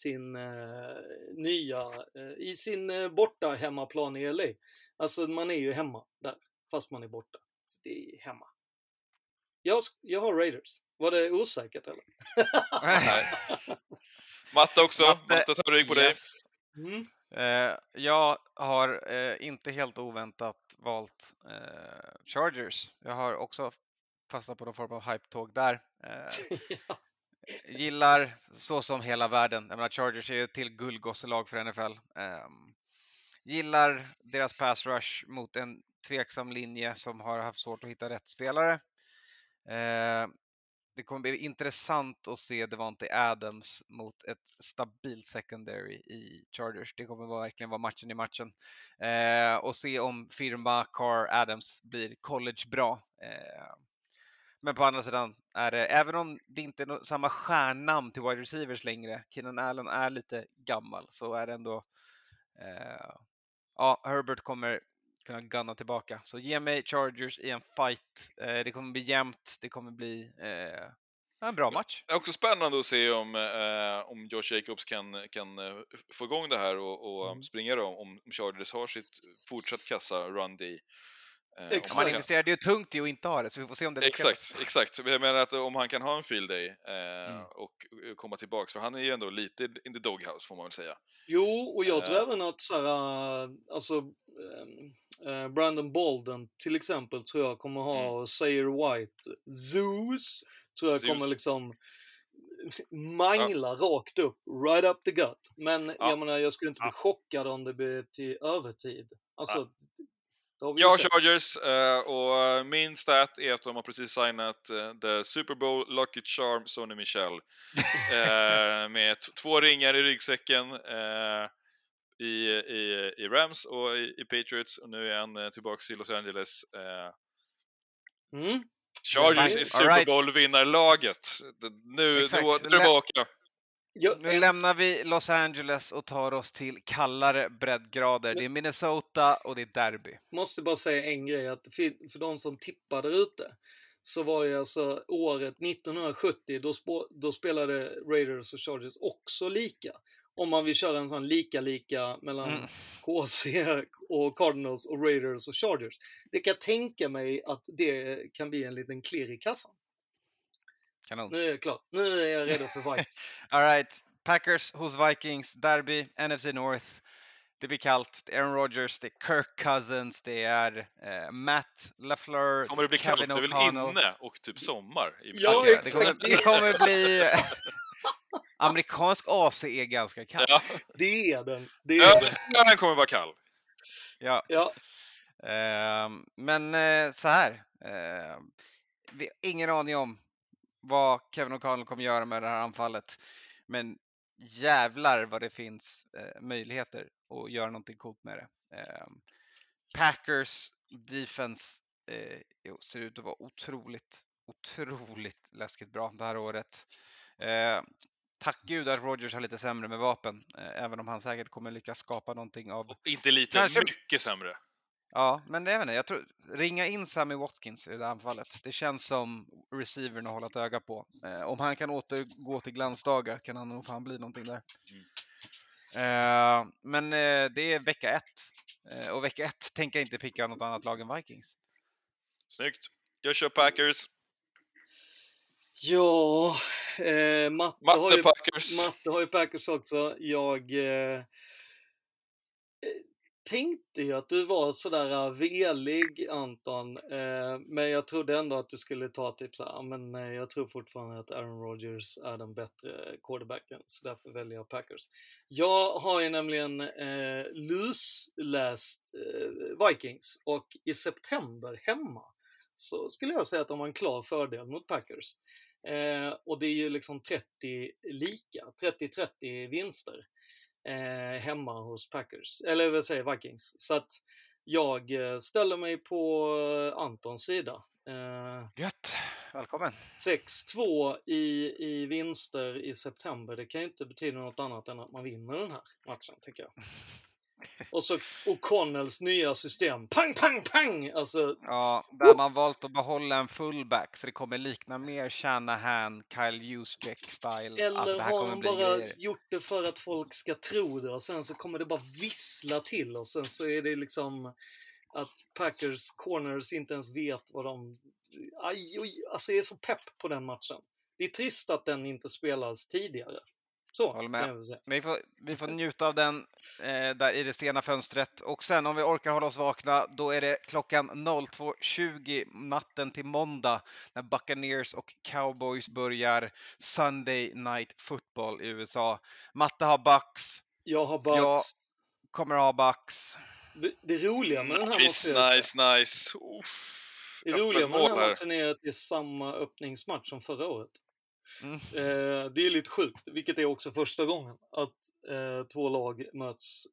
sin borta hemmaplan i LA. Alltså man är ju hemma där, fast man är borta. Så det är hemma. Jag har Raiders. Var det osäkert eller? Matta också. Matta tar rygg på dig. Jag har inte helt oväntat valt Chargers. Jag har också fastnat på någon form av hype-tåg där. Ja. Gillar så som hela världen. Jag menar, Chargers är ju till guldgosselag för NFL. Gillar deras pass rush mot en tveksam linje som har haft svårt att hitta rätt spelare. Det kommer bli intressant att se Devontae Adams mot ett stabilt secondary i Chargers. Det kommer verkligen vara matchen i matchen. Och se om firma Carr Adams blir college bra. Men på andra sidan är det, även om det inte är samma stjärnnamn till wide receivers längre, Keenan Allen är lite gammal, så är det ändå Herbert kommer kunna gunna tillbaka. Så ge mig Chargers i en fight. Det kommer bli jämnt. Det kommer bli en bra match. Det är också spännande att se om Josh Jacobs kan få igång det här och springa då, om Chargers har sitt fortsatt kassa run D. Man investerade ju tungt i att inte ha det, så vi får se om det lyckas. Exakt. Jag menar att om han kan ha en field day och komma tillbaka, för han är ju ändå lite in the doghouse, får man väl säga. Jo, och jag tror även att Brandon Bolden till exempel tror jag kommer ha Sayer White, Zeus tror jag kommer liksom mangla rakt upp, right up the gut. Men jag menar, jag skulle inte bli chockad om det blir till övertid. Alltså, ja, Chargers, och min stat är att de har precis signat the Super Bowl Lucky Charm Sonny Michel med 2 ringar i ryggsäcken i Rams och i Patriots, och nu är han tillbaka i Los Angeles. Chargers är Super Bowl-vinnarlaget. Nu är det tillbaka. Nu lämnar vi Los Angeles och tar oss till kallare breddgrader. Det är Minnesota och det är derby. Måste bara säga en grej, att för de som tippar där ute, så var det alltså året 1970, då spelade Raiders och Chargers också lika. Om man vill köra en sån lika mellan KC och Cardinals och Raiders och Chargers. Det kan jag tänka mig att det kan bli en liten klirr i kassan. Kanon. Nu är jag klar. Nu är jag redo för Vikes. All right. Packers hos Vikings, derby, NFC North. Det blir kallt. Det är Aaron Rodgers, det är Kirk Cousins, det är Matt LaFleur. Kommer det bli kallt? Det är väl inne och typ sommar? Ja, exakt. Det kommer bli... Amerikansk AC är ganska kall. Ja. Det är den. Den kommer vara kall. Ja. Men så här. Vi har ingen aning om vad Kevin O'Connell kommer göra med det här anfallet. Men jävlar vad det finns möjligheter att göra någonting coolt med det. Packers defense ser ut att vara otroligt läskigt bra det här året. Tack gud att Rodgers har lite sämre med vapen, även om han säkert kommer lyckas skapa någonting av... Inte lite, mycket sämre. Ja, men jag tror, ringa in Sammy Watkins i det anfallet. Det känns som receivern har hållit öga på. Om han kan återgå till glansdagar kan han nog fan bli någonting där. Men det är vecka 1. Och vecka 1 tänker jag inte picka något annat lag än Vikings. Snyggt. Jag kör Packers. Ja, Matte har ju Packers också. Jag tänkte ju att du var sådär velig, Anton, men jag trodde ändå att du skulle ta typ såhär, men jag tror fortfarande att Aaron Rodgers är den bättre quarterbacken, så därför väljer jag Packers. Jag har ju nämligen lusläst Vikings, och i september hemma så skulle jag säga att de har en klar fördel mot Packers. Och det är ju liksom 30-30 vinster hemma hos Packers, eller vad säger Vikings. Så att jag ställer mig på Antons sida. Gött, välkommen. 6-2 i vinster i september. Det kan ju inte betyda något annat än att man vinner den här matchen, tycker jag. Och så O'Connells nya system. Pang, pang, pang! Alltså, ja, där man valt att behålla en fullback, så det kommer likna mer Shanahan, Kyle Juszczyk-style. Eller alltså, har han bara gjort det för att folk ska tro det, och sen så kommer det bara vissla till, och sen så är det liksom att Packers corners inte ens vet vad de... Alltså jag är så pepp på den matchen. Det är trist att den inte spelas tidigare. Så Håller kan jag med. väl säga. Vi får njuta av den där i det sena fönstret. Och sen om vi orkar hålla oss vakna, då är det klockan 02:20 natten till måndag när Buccaneers och Cowboys börjar Sunday Night Football i USA. Matte har Bucks. Jag har Bucks. Jag kommer ha Bucks. Det roliga med den här måste jag säga. Nice. Det roliga med den här matchen är att det är samma öppningsmatch som förra året. Det är lite sjukt, vilket är också första gången att två lag möts.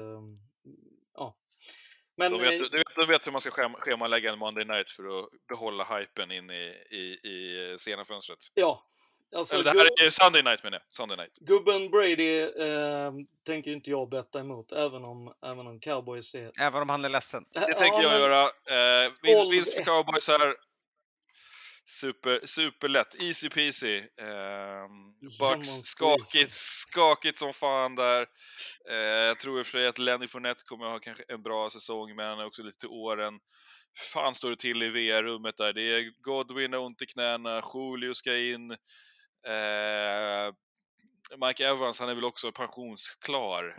Men du vet hur man ska schemalägga en Monday Night för att behålla hypen in i sena fönstret. Ja. Alltså, det här är Sunday Night, menar jag. Sunday Night. Gubben Brady tänker inte jag betta emot, även om Cowboys är... Även om han är ledsen. Det tänker jag göra. Vinst för Cowboys här. Superlätt. Easy peasy. Bucks skakigt som fan där. Jag tror för att Lenny Fournette kommer att ha kanske en bra säsong, men han är också lite till åren. Fan står det till i VR-rummet där. Det är Godwin har ont i knäna. Julio ska in. Mike Evans, han är väl också pensionsklar.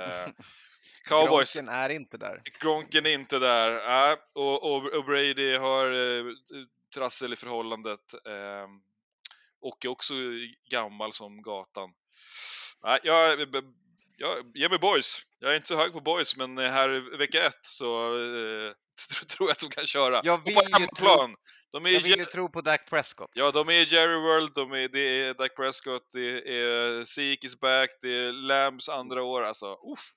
Cowboys Gronken är inte där. Gronken är inte där. Och Brady har trassel i förhållandet. Och är också gammal som gatan. Jag ger mig boys. Jag är inte så hög på boys, men här vecka 1 så tror jag att de kan köra. Jag vill ju tro på Dak Prescott. Ja, de är i Jerry World, det är Dak Prescott, det är Zeke is back, det är Lambs andra år, alltså,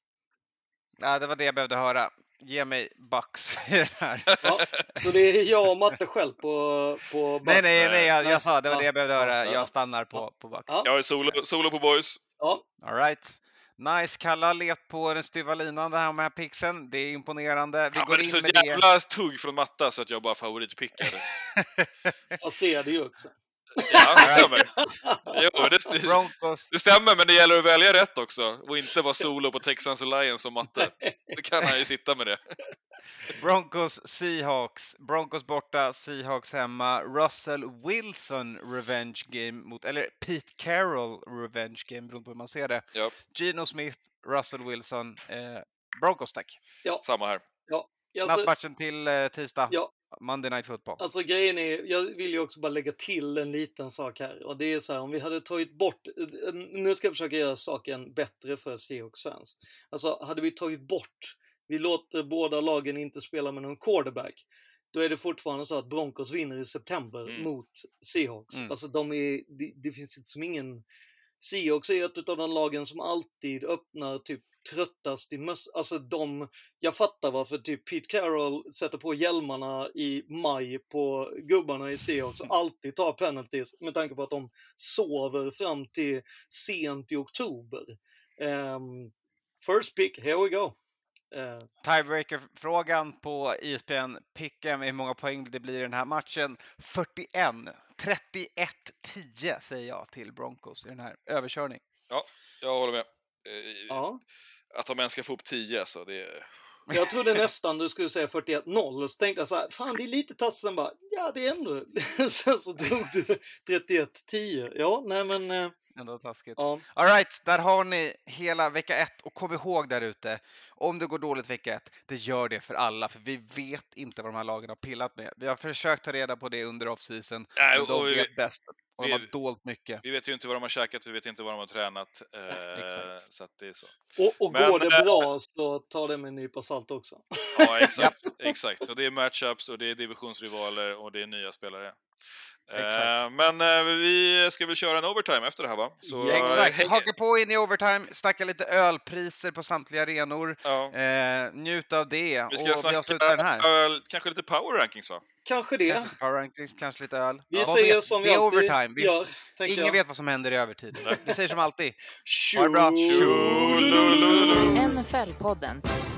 Ja, det var det jag behövde höra. Ge mig Bucks i det här. Ja, så det är jag och Matte själv på Bucks. Nej, jag sa det var det jag behövde höra. Jag stannar på Bucks. Ja. Jag är solo på boys. Ja. All right. Nice, Kalle har levt på den styva linan det här med pixeln. Det är imponerande. Vi går in med det. Det är så jävla tugg från Matta så att jag bara favoritpickar. Fast det är det ju också. Ja, det stämmer. Jo, det stämmer, men det gäller att välja rätt också. Och inte vara solo på Texans Lions som Matte. Då kan han ju sitta med det. Broncos, Seahawks. Broncos borta, Seahawks hemma. Russell Wilson revenge game eller Pete Carroll revenge game, beroende på hur man ser det. Ja. Geno Smith, Russell Wilson. Broncos, tack. Ja. Samma här. Ja. Nattmatchen till tisdag. Ja. Monday Night Football. Alltså grejen är, jag vill ju också bara lägga till en liten sak här. Och det är så här, om vi hade tagit bort, nu ska jag försöka göra saken bättre för Seahawks fans. Alltså hade vi tagit bort, vi låter båda lagen inte spela med någon quarterback. Då är det fortfarande så att Broncos vinner i september mot Seahawks. Alltså det finns inte som ingen... Seahawks är ett av de lagen som alltid öppnar typ tröttast i alltså jag fattar varför typ Pete Carroll sätter på hjälmarna i maj på gubbarna i Seahawks och alltid tar penalties med tanke på att de sover fram till sent i oktober. First pick, here we go. Tiebreaker-frågan på ESPN Pick'em, hur många poäng det blir i den här matchen. 41, 31-10 säger jag till Broncos i den här överkörning. Ja, jag håller med. Ja. Att de ens ska få upp 10 så det är... Jag trodde nästan du skulle säga 41-0 och så tänkte jag så här, fan det är lite tass, sen bara, ja det är ändå. Sen så drog du 31-10. Ja, nej men... Ändå taskigt. Ja. All right, där har ni hela vecka 1 och kom ihåg där ute, om det går dåligt vecka 1, det gör det för alla, för vi vet inte vad de här lagen har pillat med. Vi har försökt ta reda på det under off-season, men de vet bäst och de har dolt mycket. Vi vet ju inte vad de har käkat, vi vet inte vad de har tränat. Så att det är så. Och går det bra så tar det med en nypa salt också. Ja, exakt. Och det är matchups och det är divisionsrivaler och det är nya spelare. Men vi ska väl köra en overtime efter det här, va? Så, exakt, haka på in i overtime, snacka lite ölpriser på samtliga arenor, njut av det. Vi ska snacka den här. Kanske lite power rankings, va? Kanske det. Kanske power rankings, kanske lite öl. Vi säger som vi alltid overtime. gör. Ingen vet vad som händer i övertid. Vi säger som alltid. Ha det bra. NFL-podden.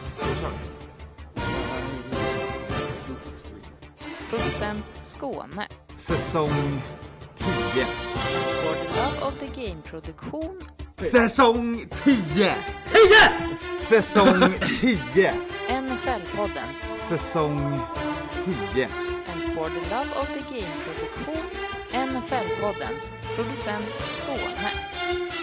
Producent Skåne. Säsong 10. For the Love of the Game-produktion. Säsong 10! 10! Säsong 10! NFL-podden. Säsong 10. And For the Love of the Game-produktion. NFL-podden. Producent Skåne.